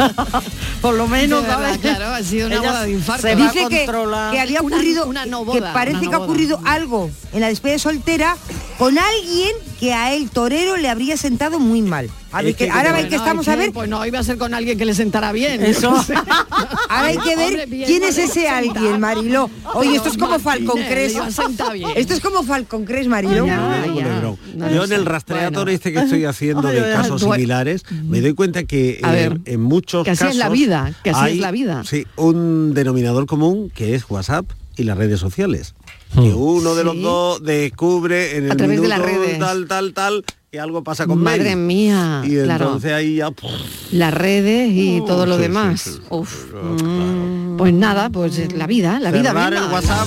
por lo menos, De verdad, ¿sabes? claro, ha sido una Ella boda de infarto. se va a Dice que, controlar. que había Una- ocurrido, una no que boda, parece una que no ha ocurrido boda. algo en la despedida de soltera con alguien que a el torero le habría sentado muy mal. A ver, Es que, que ahora como- hay que Bueno, estamos es a ver, Pues no, iba a ser con alguien que le sentara bien. Eso. ahora hay que ver Hombre, bien, quién no es le ese senta. alguien, Mariló. Oye, esto es como Falcon Martínez, Crest. le iba a sentar bien. Esto es como Falcon Crest, Mariló. Ya, Menudo ya. culebrón. No Yo lo en sé. el rastreador Bueno. este que estoy haciendo de Ay, casos tú- similares, me doy cuenta que A eh, ver, en muchos que así casos es la vida, que así hay, es la vida. Sí, un denominador común que es WhatsApp y las redes sociales. Que uno de los Sí. dos descubre en A el través de las minuto redes. tal, tal, tal, que algo pasa con Madre mail. mía, Y claro. entonces ahí ya... pff, Las redes y Uh, todo lo sí, demás. sí, sí. Uf. Mm, Pues nada, pues eh, la vida, la vida cerrar misma. el WhatsApp.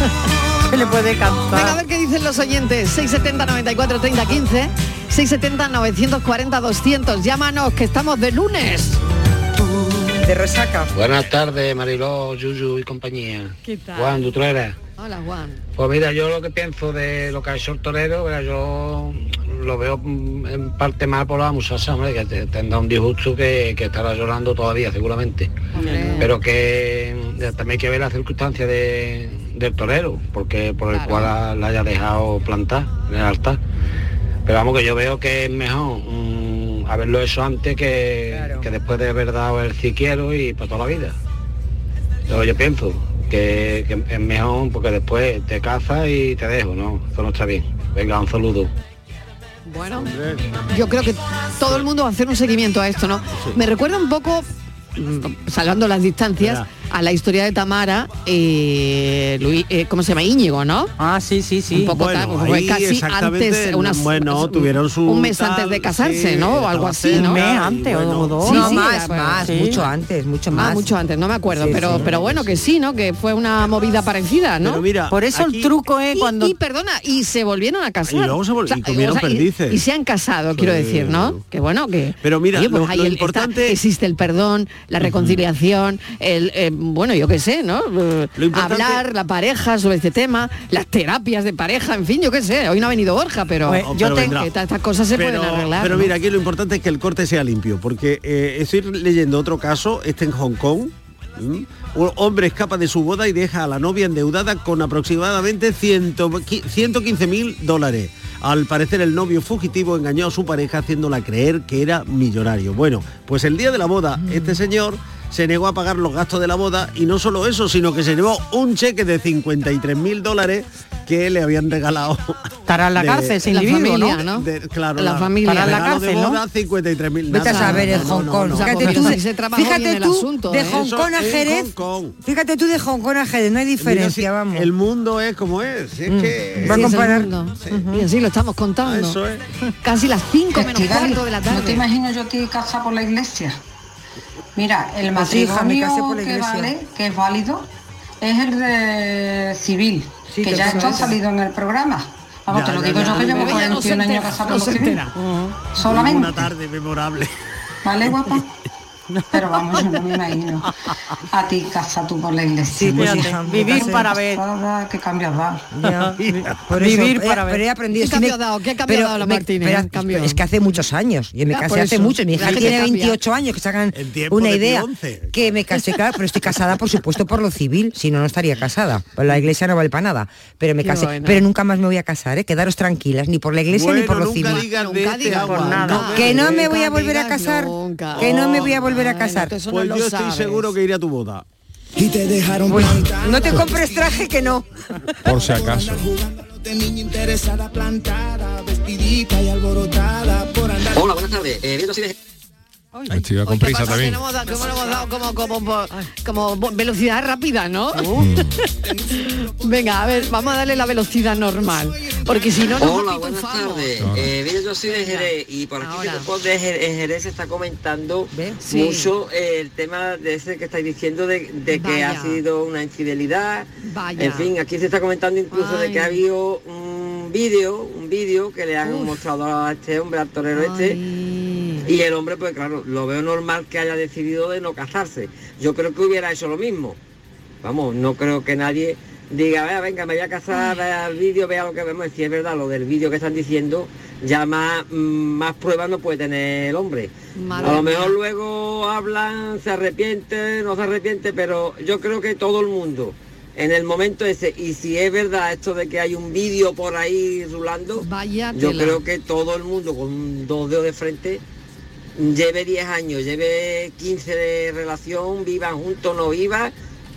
Se le puede Venga, a cantar. ver qué dicen los oyentes. seis setenta noventa y cuatro treinta quince, seis setenta novecientos cuarenta doscientos. Llámanos, que estamos de lunes. De resaca. Buenas tardes, Mariló, Yuyu y compañía. ¿Qué tal? Juan Dutrera. Hola, Juan. Pues mira, yo lo que pienso de lo que ha hecho el torero, mira, yo lo veo mm, en parte mal por la muchacha, hombre, que te- tendrá un disgusto que, que estará llorando todavía, seguramente. Hombre. Pero que eh, también hay que ver las circunstancias de, del torero, porque por el Claro. cual la, la haya dejado plantar en el altar. Pero vamos, que yo veo que es mejor mm, haberlo hecho antes que, Claro. que después de haber dado el si quiero y para toda la vida. Pero yo pienso que, que es mejor porque después te casas y te dejo, ¿no? Eso no está bien. Venga, un saludo. Bueno, yo creo que todo el mundo va a hacer un seguimiento a esto, ¿no? Me recuerda un poco salvando las distancias, ¿verdad?, a la historia de Tamara y Luis, eh, ¿cómo se llama? Íñigo, ¿no? Ah, sí, sí, sí. Un poco bueno, tal, fue casi antes, unas, bueno, tuvieron su un mes tal, antes de casarse, sí, ¿no? O algo así, ¿no? Un mes antes bueno, o dos. Sí, no, sí, más, era, más, sí. mucho antes, mucho más. Ah, mucho antes, no me acuerdo, Sí, pero sí. pero bueno, que sí, ¿no? Que fue una movida parecida, ¿no? Pero mira, por eso aquí, el truco es y, cuando... Y, perdona, y se volvieron a casar. Y luego se volvieron, y comieron y, perdices. y se han casado, Sí. quiero decir, ¿no? Que bueno, que... Pero mira, oye, pues lo, ahí lo el- importante... está- existe el perdón, la reconciliación, el, eh, bueno, yo qué sé, ¿no? Eh, Lo importante- Hablar, la pareja sobre este tema, las terapias de pareja, en fin, yo qué sé. Hoy no ha venido Borja, pero Pues, yo pero tengo vendrá. que ta- estas cosas se pero, pueden arreglar. Pero ¿no? mira, aquí lo importante es que el corte sea limpio, porque eh, estoy leyendo otro caso, este en Hong Kong. ¿m? Un hombre escapa de su boda y deja a la novia endeudada con aproximadamente ciento quince mil dólares. Al parecer el novio fugitivo engañó a su pareja haciéndola creer que era millonario. Bueno, pues el día de la boda, Mm. este señor se negó a pagar los gastos de la boda y no solo eso, sino que se llevó un cheque de cincuenta y tres mil dólares que le habían regalado. Estará en la de- cárcel ese la individuo, familia, ¿no? ¿no? De- claro, La familia. Estará en la regalo cárcel, de ¿no? boda, cincuenta y tres mil. Vete a saber en Hong Kong. Fíjate tú, pues se trabajó bien fíjate el tú asunto, de ¿eh? Hong Eso Kong a en Jerez. Hong Kong. Fíjate tú de Hong Kong a Jerez, no hay diferencia, Mira, si vamos. el mundo es como es, si es Mm. que... Va a Sí, es el comparar. mundo. Y así lo estamos contando. Eso es. Casi las cinco menos Estivali, cuarto de la No te tarde. imagino yo a ti casada por la iglesia. Mira, el Pues sí, hija, me matrimonio casé por la que iglesia. vale, que es válido, es el de civil, Sí, que que ya eso esto ha es. salido en el programa. Vamos, Ya, te lo ya, digo ya. yo que llevo Ella no cuarenta y se un años entera, casada no por lo se civil. entera. Solamente. Una tarde memorable. ¿Vale, guapa? Pero vamos, yo no me imagino a ti casa tú por la iglesia. Sí, pues, Fíjate, hija, vivir casada, para ver. casada, ¿qué cambios da? Ya, por Vivir eso, para eh, ver. pero he aprendido. ¿Qué sí cambio me- ha dado? ¿Qué cambio ha pero dado la me- Martínez? pero Cambio. es que hace muchos años. Yo me Ya, por casé hace eso. mucho. Mi hija Ya que tiene te cambia. veintiocho años, que sacan En tiempo una de idea. Beyoncé. Que me casé, claro, pero estoy casada, por supuesto, por lo civil. Si no, no estaría casada. Pues la iglesia no vale para nada. Pero me Qué casé. bueno. Pero nunca más me voy a casar, ¿eh? Quedaros tranquilas, ni por la iglesia ni por lo nunca civil. digas de Nunca este digas agua. por nada. no Que no me Nunca voy a volver a digas casar. nunca. Que no me voy a volver a Ay, casar. no, eso no Pues lo yo estoy sabes. seguro que iré a tu boda. Y te dejaron Pues, plantada. no te compres traje que no. Por si acaso. De niña interesada, plantada, vestidita y alborotada por andar. Hola, buenas tardes. Eh, viendo si de... Ay, chica, con ¿Qué prisa pasa? también. Que no hemos dado- que no hemos dado como, como, como, como velocidad rápida, ¿no? Venga, a ver, vamos a darle la velocidad normal. Porque si no, nos Hola, buenas pitufamos. tardes. Eh, mira, yo soy de Jerez y por aquí Ahora. después de Jerez, en Jerez se está comentando Sí. mucho eh, el tema de ese que estáis diciendo de, de que Vaya. ha sido una infidelidad. Vaya. En fin, aquí se está comentando incluso de que ha Ay. habido un vídeo, un vídeo que le han Uf. mostrado a este hombre, al torero este. Ay. Y el hombre, pues claro, lo veo normal que haya decidido de no casarse. Yo creo que hubiera hecho lo mismo. Vamos, no creo que nadie diga, "Vea, venga, me voy a casar, vea el vídeo, vea lo que vemos". Si es verdad, lo del vídeo que están diciendo, ya más, mm, más pruebas no puede tener el hombre. Madre a lo mejor mía. luego hablan, se arrepiente, no se arrepiente, pero yo creo que todo el mundo, en el momento ese, y si es verdad esto de que hay un vídeo por ahí rulando, Vaya yo tela. creo que todo el mundo con dos dedos de frente lleve diez años, lleve quince de relación, vivan juntos, no vivan,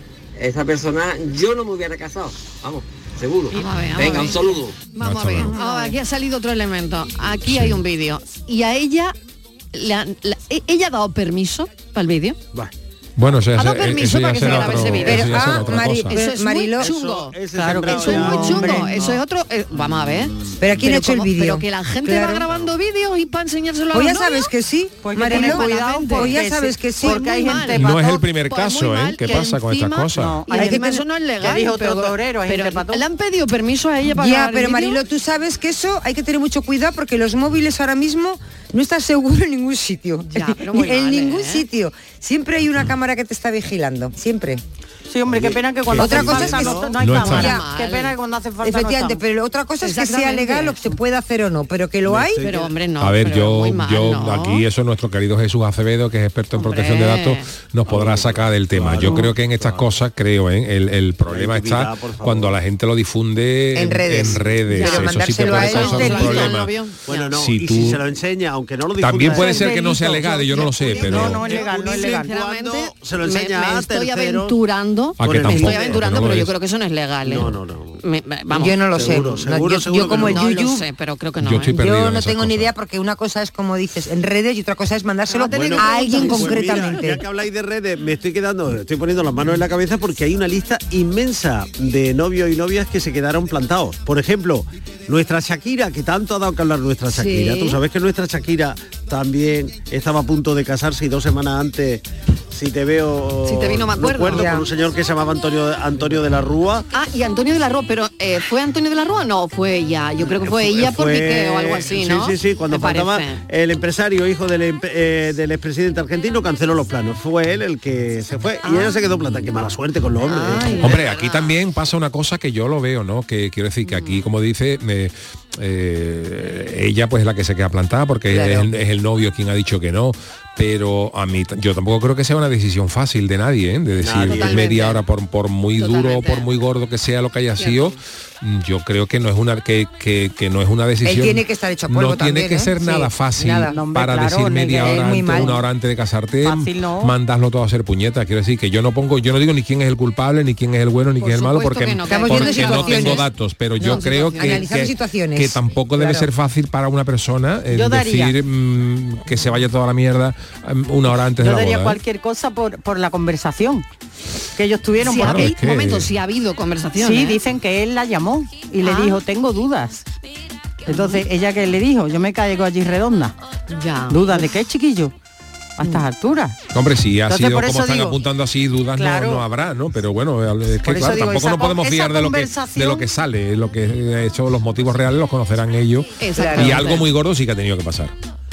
esa persona, yo no me hubiera casado, vamos, seguro. Vamos a ver, vamos Venga, a un ver. saludo. Vamos a ver, vamos a ver, aquí ha salido otro elemento. Aquí hay un vídeo. Y a ella, le han- la- e- ella ha dado permiso para el vídeo. Bueno, eso ya, Ha dado se- eh, permiso eso para ya que se será grabe otro- ese vídeo. eso ya Pero, será ah, otra Mari- cosa. Eso es Mariló, muy chungo. Eso es Claro que Eso es no, muy chungo. hombre, Eso es otro. eh, vamos a ver. Pero ¿a quién ha hecho el cómo- vídeo? Pero que la gente Claro. va grabando vídeos y para enseñárselo a Pues los ya sabes novios. que sí, Pues hay que tener Mariló. cuidado Pues porque ya sabes que sí. porque hay Muy gente mal. No es el pató. primer Pues muy caso, ¿eh? mal ¿Qué que pasa con estas encima- cosas? No, Y hay encima gente- eso no es que legal. dijo otro pero- torero, hay pero gente pató. le han pedido permiso a ella para Ya, grabar el pero vídeo? Marilo, tú sabes que eso hay que tener mucho cuidado porque los móviles ahora mismo no estás seguro en ningún sitio. Ya, pero muy en mal, ningún ¿eh? sitio. Siempre hay una cámara que te está vigilando, siempre. Sí, hombre, qué pena que cuando Otra hacen cosa es falta que no, no hay no cámara. está. Qué pena que cuando hace falta Efectivamente, no pero otra cosa es que sea Exactamente. legal o que se pueda hacer o no, pero que lo hay. Pero hombre, no. a ver, pero yo, muy mal, yo ¿no? aquí eso nuestro querido Jesús Acevedo, que es experto en Hombre. protección de datos, nos podrá sacar del tema. Yo creo que en estas cosas, creo, ¿eh? el, el problema Intimidad, está por favor. cuando la gente lo difunde En redes. En redes. Ya. Pero Eso sí te mandárselo puede a él causar es un delito. problema. Bueno, no, Si y tú- si se lo enseña, aunque no lo difunda. También puede él, ser que no sea delito. legal, y yo no lo sé, pero... No, no es legal, no es legal. Sinceramente, Cuando se lo me- enseña me, a estoy terceros. aventurando aventurando, ¿A que me tampoco? estoy aventurando, No, no pero yo es. creo que eso no es legal. ¿eh? No, no, no. Me- me- vamos. Yo no lo Seguro, sé. seguro, yo, seguro yo como que el no yuyu, lo sé, pero creo que no. Yo estoy ¿eh? perdido yo en no esas tengo ni cosas. idea porque una cosa es como dices en redes y otra cosa es mandárselo Bueno, a alguien Pues mira, concretamente. ya que habláis de redes, me estoy quedando, estoy poniendo las manos en la cabeza porque hay una lista inmensa de novios y novias que se quedaron plantados. Por ejemplo, nuestra Shakira, que tanto ha dado que hablar nuestra Shakira. Sí. Tú sabes que nuestra Shakira también estaba a punto de casarse y dos semanas antes, si te veo, Si te vi, no me acuerdo. Ya. con un señor que se llamaba Antonio Antonio de la Rúa. Ah, y Antonio de la Rúa, pero eh, ¿fue Antonio de la Rúa o no? Fue ella. Yo creo que fue ella por Fue- Piqué o algo así, ¿no? Sí, sí, sí. Cuando Me faltaba parece. el empresario, hijo del, em- eh, del expresidente argentino, canceló los planos. Fue él el que se fue y ella se quedó planta. Qué mala suerte con los hombres. ¿eh? Hombre, aquí también pasa una cosa que yo lo veo, ¿no? Que quiero decir que aquí, como dice, eh, eh, ella pues es la que se queda plantada porque Claro. es, el, es el novio quien ha dicho que no. Pero a mí, t- yo tampoco creo que sea una decisión fácil de nadie, ¿eh? De decir Nadie. que Totalmente. media hora, por, por muy duro, Totalmente. por muy gordo que sea lo que haya sido, mm, yo creo que no es una que, que, que no es una decisión. Él tiene que estar hecho polvo No tiene también, que ¿eh? ser Sí, nada fácil nada. No, hombre, para claro, decir media Miguel, hora es muy antes, mal. una hora antes de casarte, Fácil no. mandarlo todo a hacer puñetas. Quiero decir que yo no pongo, yo no digo ni quién es el culpable, ni quién es el bueno, ni Por quién es el malo, supuesto porque, que no, Estamos porque viendo no tengo situaciones. datos, pero yo No, creo que, Analizando que, situaciones. que tampoco debe Claro. ser fácil para una persona el Yo daría- decir mm, que se vaya toda la mierda mm, una hora antes Yo de la daría boda. ¿eh? cualquier cosa por, por la conversación que ellos tuvieron. Si Claro, hay es que- momentos, sí ha habido conversación. Sí, ¿eh? dicen que él la llamó y le Ah. dijo, tengo dudas. Entonces, ella que le dijo, yo me caigo allí redonda. Ya. ¿Dudas de qué, chiquillo? A estas alturas. Hombre, si ha Entonces, sido por como eso están digo, apuntando así, dudas no- claro. no, habrá, ¿no? Pero bueno, es que Por eso claro, digo, tampoco esa nos podemos co- fiar esa de lo que de conversación- lo que sale, lo que de hecho los motivos reales los conocerán ellos. Exactamente. Y algo muy gordo sí que ha tenido que pasar.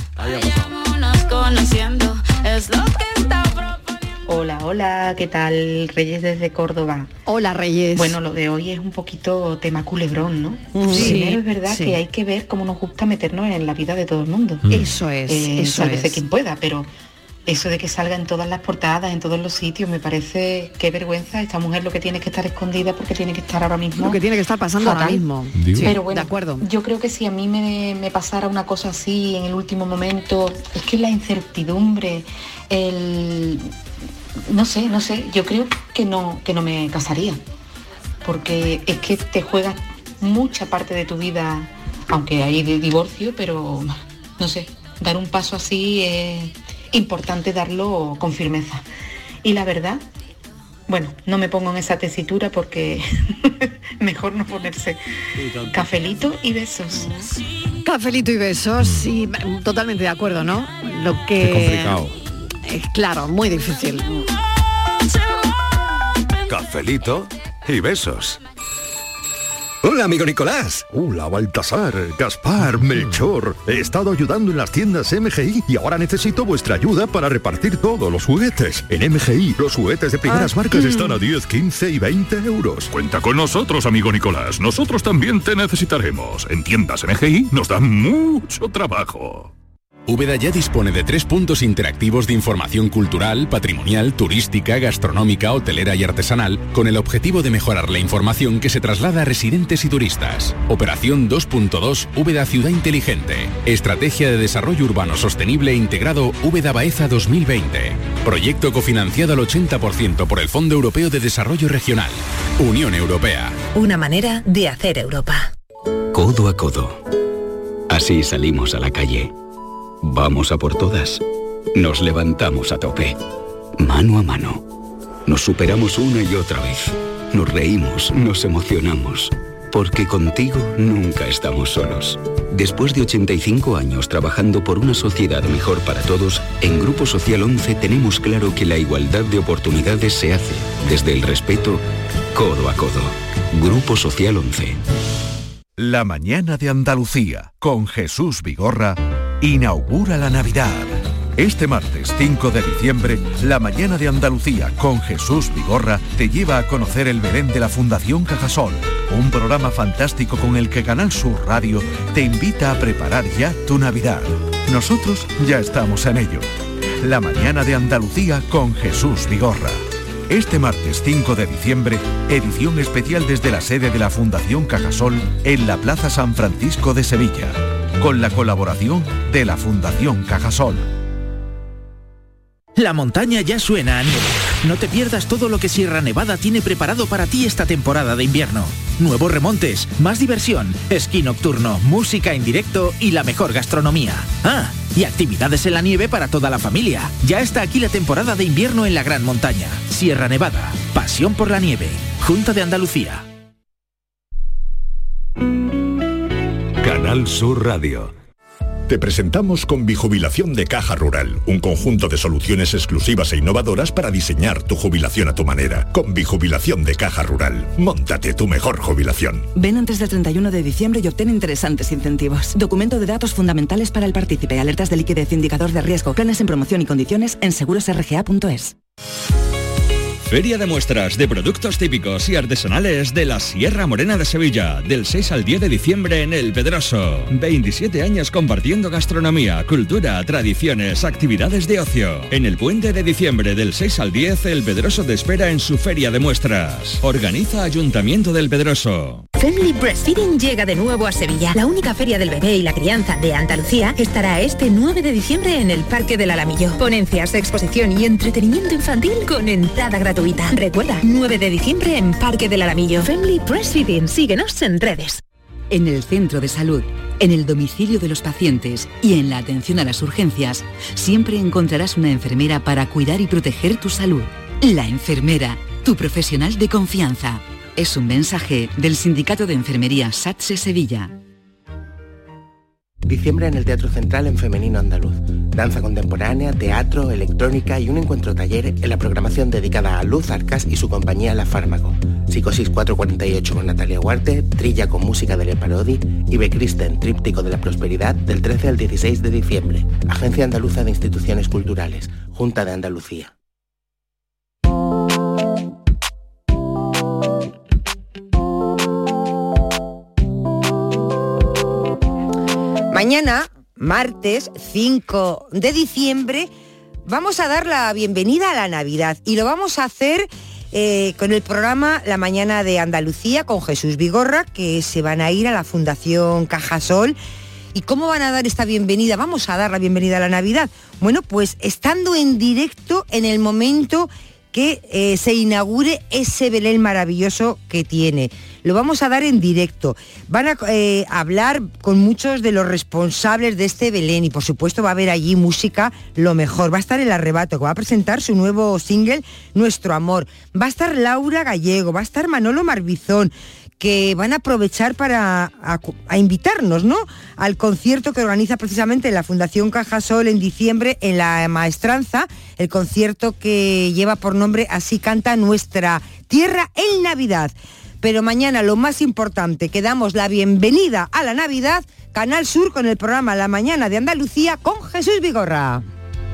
Hola, hola, ¿qué tal? Reyes desde Córdoba. Hola, Reyes. Bueno, lo de hoy es un poquito tema culebrón, ¿no? Sí, Primero es verdad sí. que hay que ver cómo nos gusta meternos en la vida de todo el mundo. Eso es, Eh, eso sálvese es. quien pueda, pero eso de que salga en todas las portadas, en todos los sitios, me parece qué vergüenza. Esta mujer lo que tiene que estar escondida porque tiene que estar ahora mismo. Lo que tiene que estar pasando ahora fatal. mismo. Digo. Sí, Pero bueno, de acuerdo. yo creo que si a mí me, me pasara una cosa así en el último momento, es que la incertidumbre, el no sé, no sé, yo creo que no, que no me casaría. Porque es que te juegas mucha parte de tu vida, aunque hay de divorcio, pero no sé, dar un paso así es importante darlo con firmeza. Y la verdad, bueno, no me pongo en esa tesitura porque mejor no ponerse. Cafelito y besos. Cafelito y besos, sí, totalmente de acuerdo, ¿no? Lo que... Es complicado. Es claro, muy difícil. Cafelito y besos. Hola, amigo Nicolás. Hola, Baltasar, Gaspar, Melchor. He estado ayudando en las tiendas M G I y ahora necesito vuestra ayuda para repartir todos los juguetes. En M G I, los juguetes de primeras Ah, marcas mm. están a diez, quince y veinte euros. Cuenta con nosotros, amigo Nicolás. Nosotros también te necesitaremos. En tiendas M G I nos da mucho trabajo. Úbeda ya dispone de tres puntos interactivos de información cultural, patrimonial, turística, gastronómica, hotelera y artesanal, con el objetivo de mejorar la información que se traslada a residentes y turistas. Operación dos punto dos Úbeda Ciudad Inteligente. Estrategia de Desarrollo Urbano Sostenible Integrado Úbeda Baeza dos mil veinte. Proyecto cofinanciado al ochenta por ciento por el Fondo Europeo de Desarrollo Regional. Unión Europea. Una manera de hacer Europa. Codo a codo. Así salimos a la calle. Vamos a por todas. Nos levantamos a tope. Mano a mano. Nos superamos una y otra vez. Nos reímos, nos emocionamos. Porque contigo nunca estamos solos. Después de ochenta y cinco años trabajando por una sociedad mejor para todos, en Grupo Social once tenemos claro que la igualdad de oportunidades se hace desde el respeto, codo a codo. Grupo Social once. La mañana de Andalucía, con Jesús Vigorra, inaugura la Navidad. Este martes cinco de diciembre, la mañana de Andalucía con Jesús Vigorra te lleva a conocer el Belén de la Fundación Cajasol, un programa fantástico con el que Canal Sur Radio te invita a preparar ya tu Navidad. Nosotros ya estamos en ello. La mañana de Andalucía con Jesús Vigorra. Este martes cinco de diciembre, edición especial desde la sede de la Fundación Cajasol en la Plaza San Francisco de Sevilla, con la colaboración de la Fundación Cajasol. La montaña ya suena a nieve. No te pierdas todo lo que Sierra Nevada tiene preparado para ti esta temporada de invierno. Nuevos remontes, más diversión, esquí nocturno, música en directo y la mejor gastronomía. Ah, y actividades en la nieve para toda la familia. Ya está aquí la temporada de invierno en la Gran Montaña. Sierra Nevada, pasión por la nieve. Junta de Andalucía. Canal Sur Radio. Te presentamos Convijubilación de Caja Rural, un conjunto de soluciones exclusivas e innovadoras para diseñar tu jubilación a tu manera. Convijubilación de Caja Rural. Móntate tu mejor jubilación. Ven antes del treinta y uno de diciembre y obtén interesantes incentivos. Documento de datos fundamentales para el partícipe, alertas de liquidez, indicador de riesgo, planes en promoción y condiciones en seguros r g a punto es. Feria de muestras de productos típicos y artesanales de la Sierra Morena de Sevilla, del seis al diez de diciembre en El Pedroso. veintisiete años compartiendo gastronomía, cultura, tradiciones, actividades de ocio. En el puente de diciembre del seis al diez, El Pedroso te espera en su Feria de muestras. Organiza Ayuntamiento del Pedroso. Family Breastfeeding llega de nuevo a Sevilla. La única feria del bebé y la crianza de Andalucía estará este nueve de diciembre en el Parque del Alamillo. Ponencias, exposición y entretenimiento infantil con entrada gratuita. Recuerda, nueve de diciembre en Parque del Alamillo. Family Breastfeeding. Síguenos en redes. En el centro de salud, en el domicilio de los pacientes y en la atención a las urgencias, siempre encontrarás una enfermera para cuidar y proteger tu salud. La enfermera, tu profesional de confianza. Es un mensaje del Sindicato de Enfermería SATSE Sevilla. Diciembre en el Teatro Central en Femenino Andaluz. Danza contemporánea, teatro, electrónica y un encuentro taller en la programación dedicada a Luz Arcas y su compañía La Fármaco. Psicosis cuatrocientos cuarenta y ocho con Natalia Huarte, Trilla con música de Le Parodi y Becristen, Tríptico de la Prosperidad del trece al dieciséis de diciembre. Agencia Andaluza de Instituciones Culturales, Junta de Andalucía. Mañana, martes cinco de diciembre, vamos a dar la bienvenida a la Navidad y lo vamos a hacer eh, con el programa La Mañana de Andalucía con Jesús Vigorra, que se van a ir a la Fundación Cajasol. ¿Y cómo van a dar esta bienvenida? Vamos a dar la bienvenida a la Navidad. Bueno, pues estando en directo en el momento que eh, se inaugure ese Belén maravilloso que tiene. Lo vamos a dar en directo. Van a eh, hablar con muchos de los responsables de este Belén y por supuesto va a haber allí música lo mejor. Va a estar El Arrebato, que va a presentar su nuevo single Nuestro Amor. Va a estar Laura Gallego, va a estar Manolo Marbizón, que van a aprovechar para a, a invitarnos, ¿no?, al concierto que organiza precisamente la Fundación Cajasol en diciembre en la Maestranza, el concierto que lleva por nombre Así canta nuestra tierra en Navidad. Pero mañana lo más importante, que damos la bienvenida a la Navidad, Canal Sur con el programa La Mañana de Andalucía con Jesús Vigorra.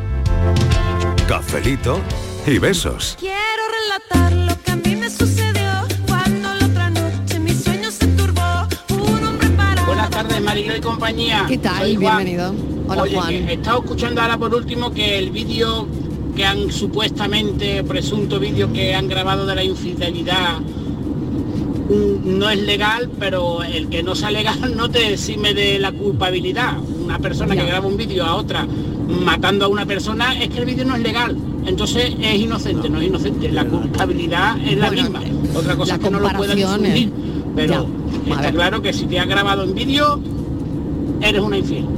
Cafelito y besos. Quiero relatar lo que a mí me sucedió. Buenas tardes, Marilo y compañía. ¿Qué tal? Bienvenido. Hola, Oye, Juan. he estado escuchando ahora por último que el vídeo que han supuestamente, presunto vídeo que han grabado de la infidelidad mm, no es legal, pero el que no sea legal no te exime de la culpabilidad. Una persona ya. que graba un vídeo a otra matando a una persona, es que el vídeo no es legal. Entonces es inocente, no, no es inocente. La culpabilidad es la bueno, misma. Otra cosa es que no lo pueda difundir. Pero ya, está claro que si te has grabado en vídeo, eres una infiel.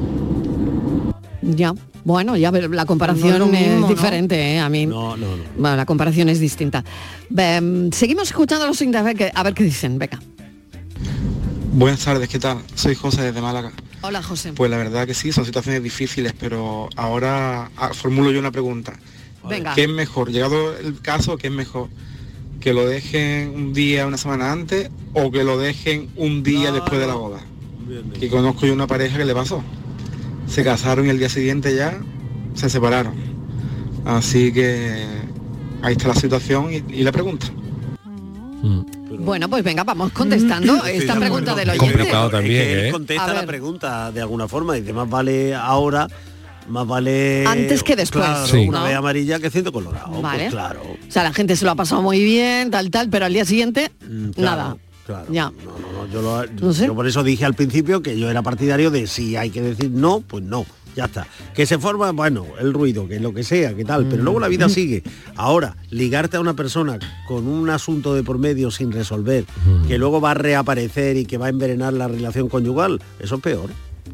Ya, bueno, ya la comparación no es, mismo, es diferente, ¿no? ¿eh? A mí. No, no, no. Bueno, la comparación es distinta. Um, seguimos escuchando a los oyentes, a ver qué, a ver qué dicen, venga. Buenas tardes, ¿qué tal? Soy José desde Málaga. Hola, José. Pues la verdad que sí, son situaciones difíciles, pero ahora ah, formulo yo una pregunta. Venga. ¿Qué es mejor? Llegado el caso, ¿qué es mejor? ¿Que lo dejen un día, una semana antes o que lo dejen un día no, después de la boda? Bien, bien. Que conozco yo una pareja que le pasó. Se casaron y el día siguiente ya se separaron. Así que ahí está la situación y, y la pregunta. Bueno, pues venga, vamos contestando esta de pregunta del oyente. Complicado también, es que él contesta la pregunta de alguna forma, dice, más vale ahora, más vale antes que después. Claro, sí. una ¿no? vez amarilla que ciento colorado. Vale. Pues claro. O sea, la gente se lo ha pasado muy bien, tal, tal, pero al día siguiente, mm, claro, nada. Claro. Ya. No, no, no, yo, lo, no sé. yo por eso dije al principio que yo era partidario de si hay que decir no, pues no. ya está. Que se forma, bueno, el ruido, que lo que sea, que tal, pero luego la vida sigue. Ahora, ligarte a una persona con un asunto de por medio sin resolver, que luego va a reaparecer y que va a envenenar la relación conyugal, eso es peor.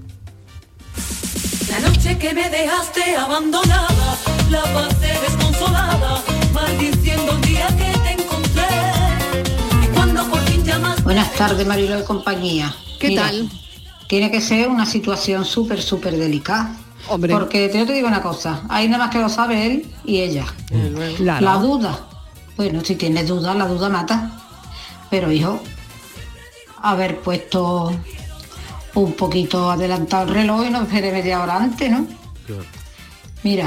La noche que me dejaste abandonada, la pasé desconsolada, maldiciendo el día que te encontré. Y cuando por fin llamaste... Buenas tardes, Marilo de compañía. ¿Qué Mira, tal? Tiene que ser una situación súper, súper delicada. Hombre. Porque yo te digo una cosa, hay nada más que lo sabe él y ella. Claro. La duda. Bueno, si tienes duda, la duda mata. Pero hijo, haber puesto un poquito adelantado el reloj y no esperé media hora antes, ¿no? Claro. Mira,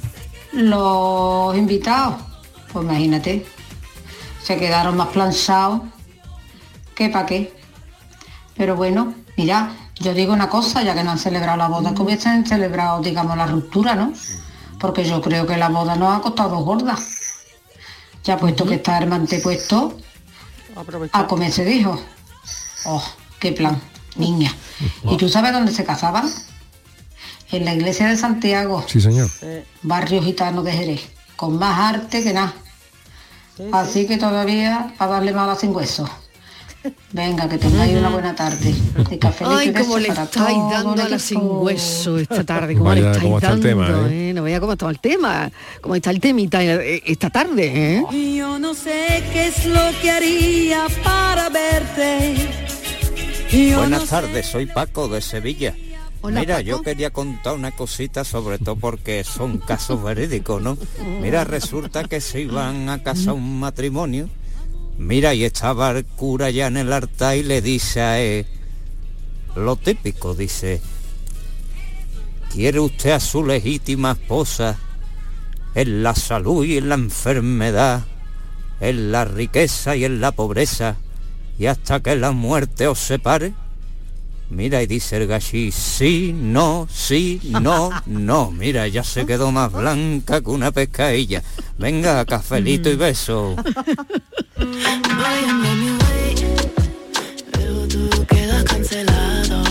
los invitados, pues imagínate, se quedaron más planchados que pa' qué. Pero bueno, mira, yo digo una cosa, ya que no han celebrado la boda, que hubiesen celebrado, digamos, la ruptura, ¿no? Porque yo creo que la boda nos ha costado dos gordas. Ya puesto que está el mantepuesto, a comer se dijo. Oh, qué plan, niña. ¿Y tú sabes dónde se casaban? En la iglesia de Santiago. Sí, señor. Barrio gitano de Jerez. Con más arte que nada. Así que todavía a darle mala sin hueso. Venga, que tengáis una buena tarde. De café Ay, y cómo besos le para estáis todo dando el a la equipo. sin hueso esta tarde. ¿Cómo Vaya, le estáis cómo está el dando? tema, ¿eh? No veía cómo está el tema. Cómo está el temita eh, esta tarde, ¿eh? Y yo no sé qué es lo que haría para verte. Y yo Buenas no sé- tardes, soy Paco de Sevilla. Hola, Mira, Paco. yo quería contar una cosita, sobre todo porque son casos verídicos, ¿no? Mira, resulta que se iban a casar un matrimonio. Mira, y estaba el cura ya en el altar y le dice a él, lo típico, dice, ¿quiere usted a su legítima esposa en la salud y en la enfermedad, en la riqueza y en la pobreza, y hasta que la muerte os separe? Mira, y dice el gachí, sí, no, sí, no, no. Mira, ya se quedó más blanca que una pescadilla. Venga, cafelito y beso. Váyanme mi way, luego tú quedas cancelado.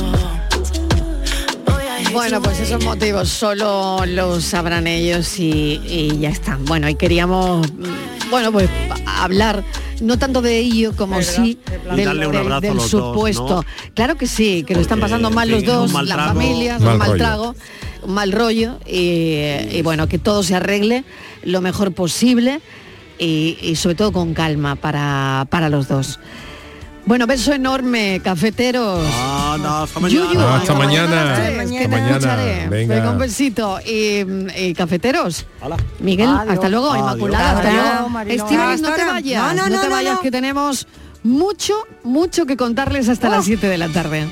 Bueno, pues esos motivos solo los sabrán ellos y, y ya están. Bueno, y queríamos, mm, bueno, pues hablar no tanto de ello como ¿verdad? sí Y del, darle un del- abrazo del a los dos, supuesto. ¿no? Claro que sí, que lo están pasando mal en los fin, dos, un mal las trago. familias, Mal un mal rollo. trago, un mal rollo y, y bueno, que todo se arregle lo mejor posible y, y sobre todo con calma para, para los dos. Bueno, beso enorme, cafeteros. Ah, no, hasta mañana. Yuyu, Ah, hasta mañana. tardes, Hasta que te mañana. escucharé. Venga. Venga, un besito. Y, y cafeteros. Miguel, Adiós. hasta luego. Adiós. Inmaculada, hasta Adiós, luego. Mariló. Estíbaliz, no Hasta te ahora. vayas. No, no, te no, no, vayas, no. que tenemos mucho, mucho que contarles hasta las siete de la tarde.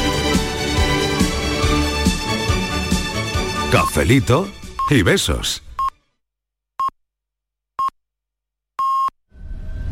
Cafelito y besos.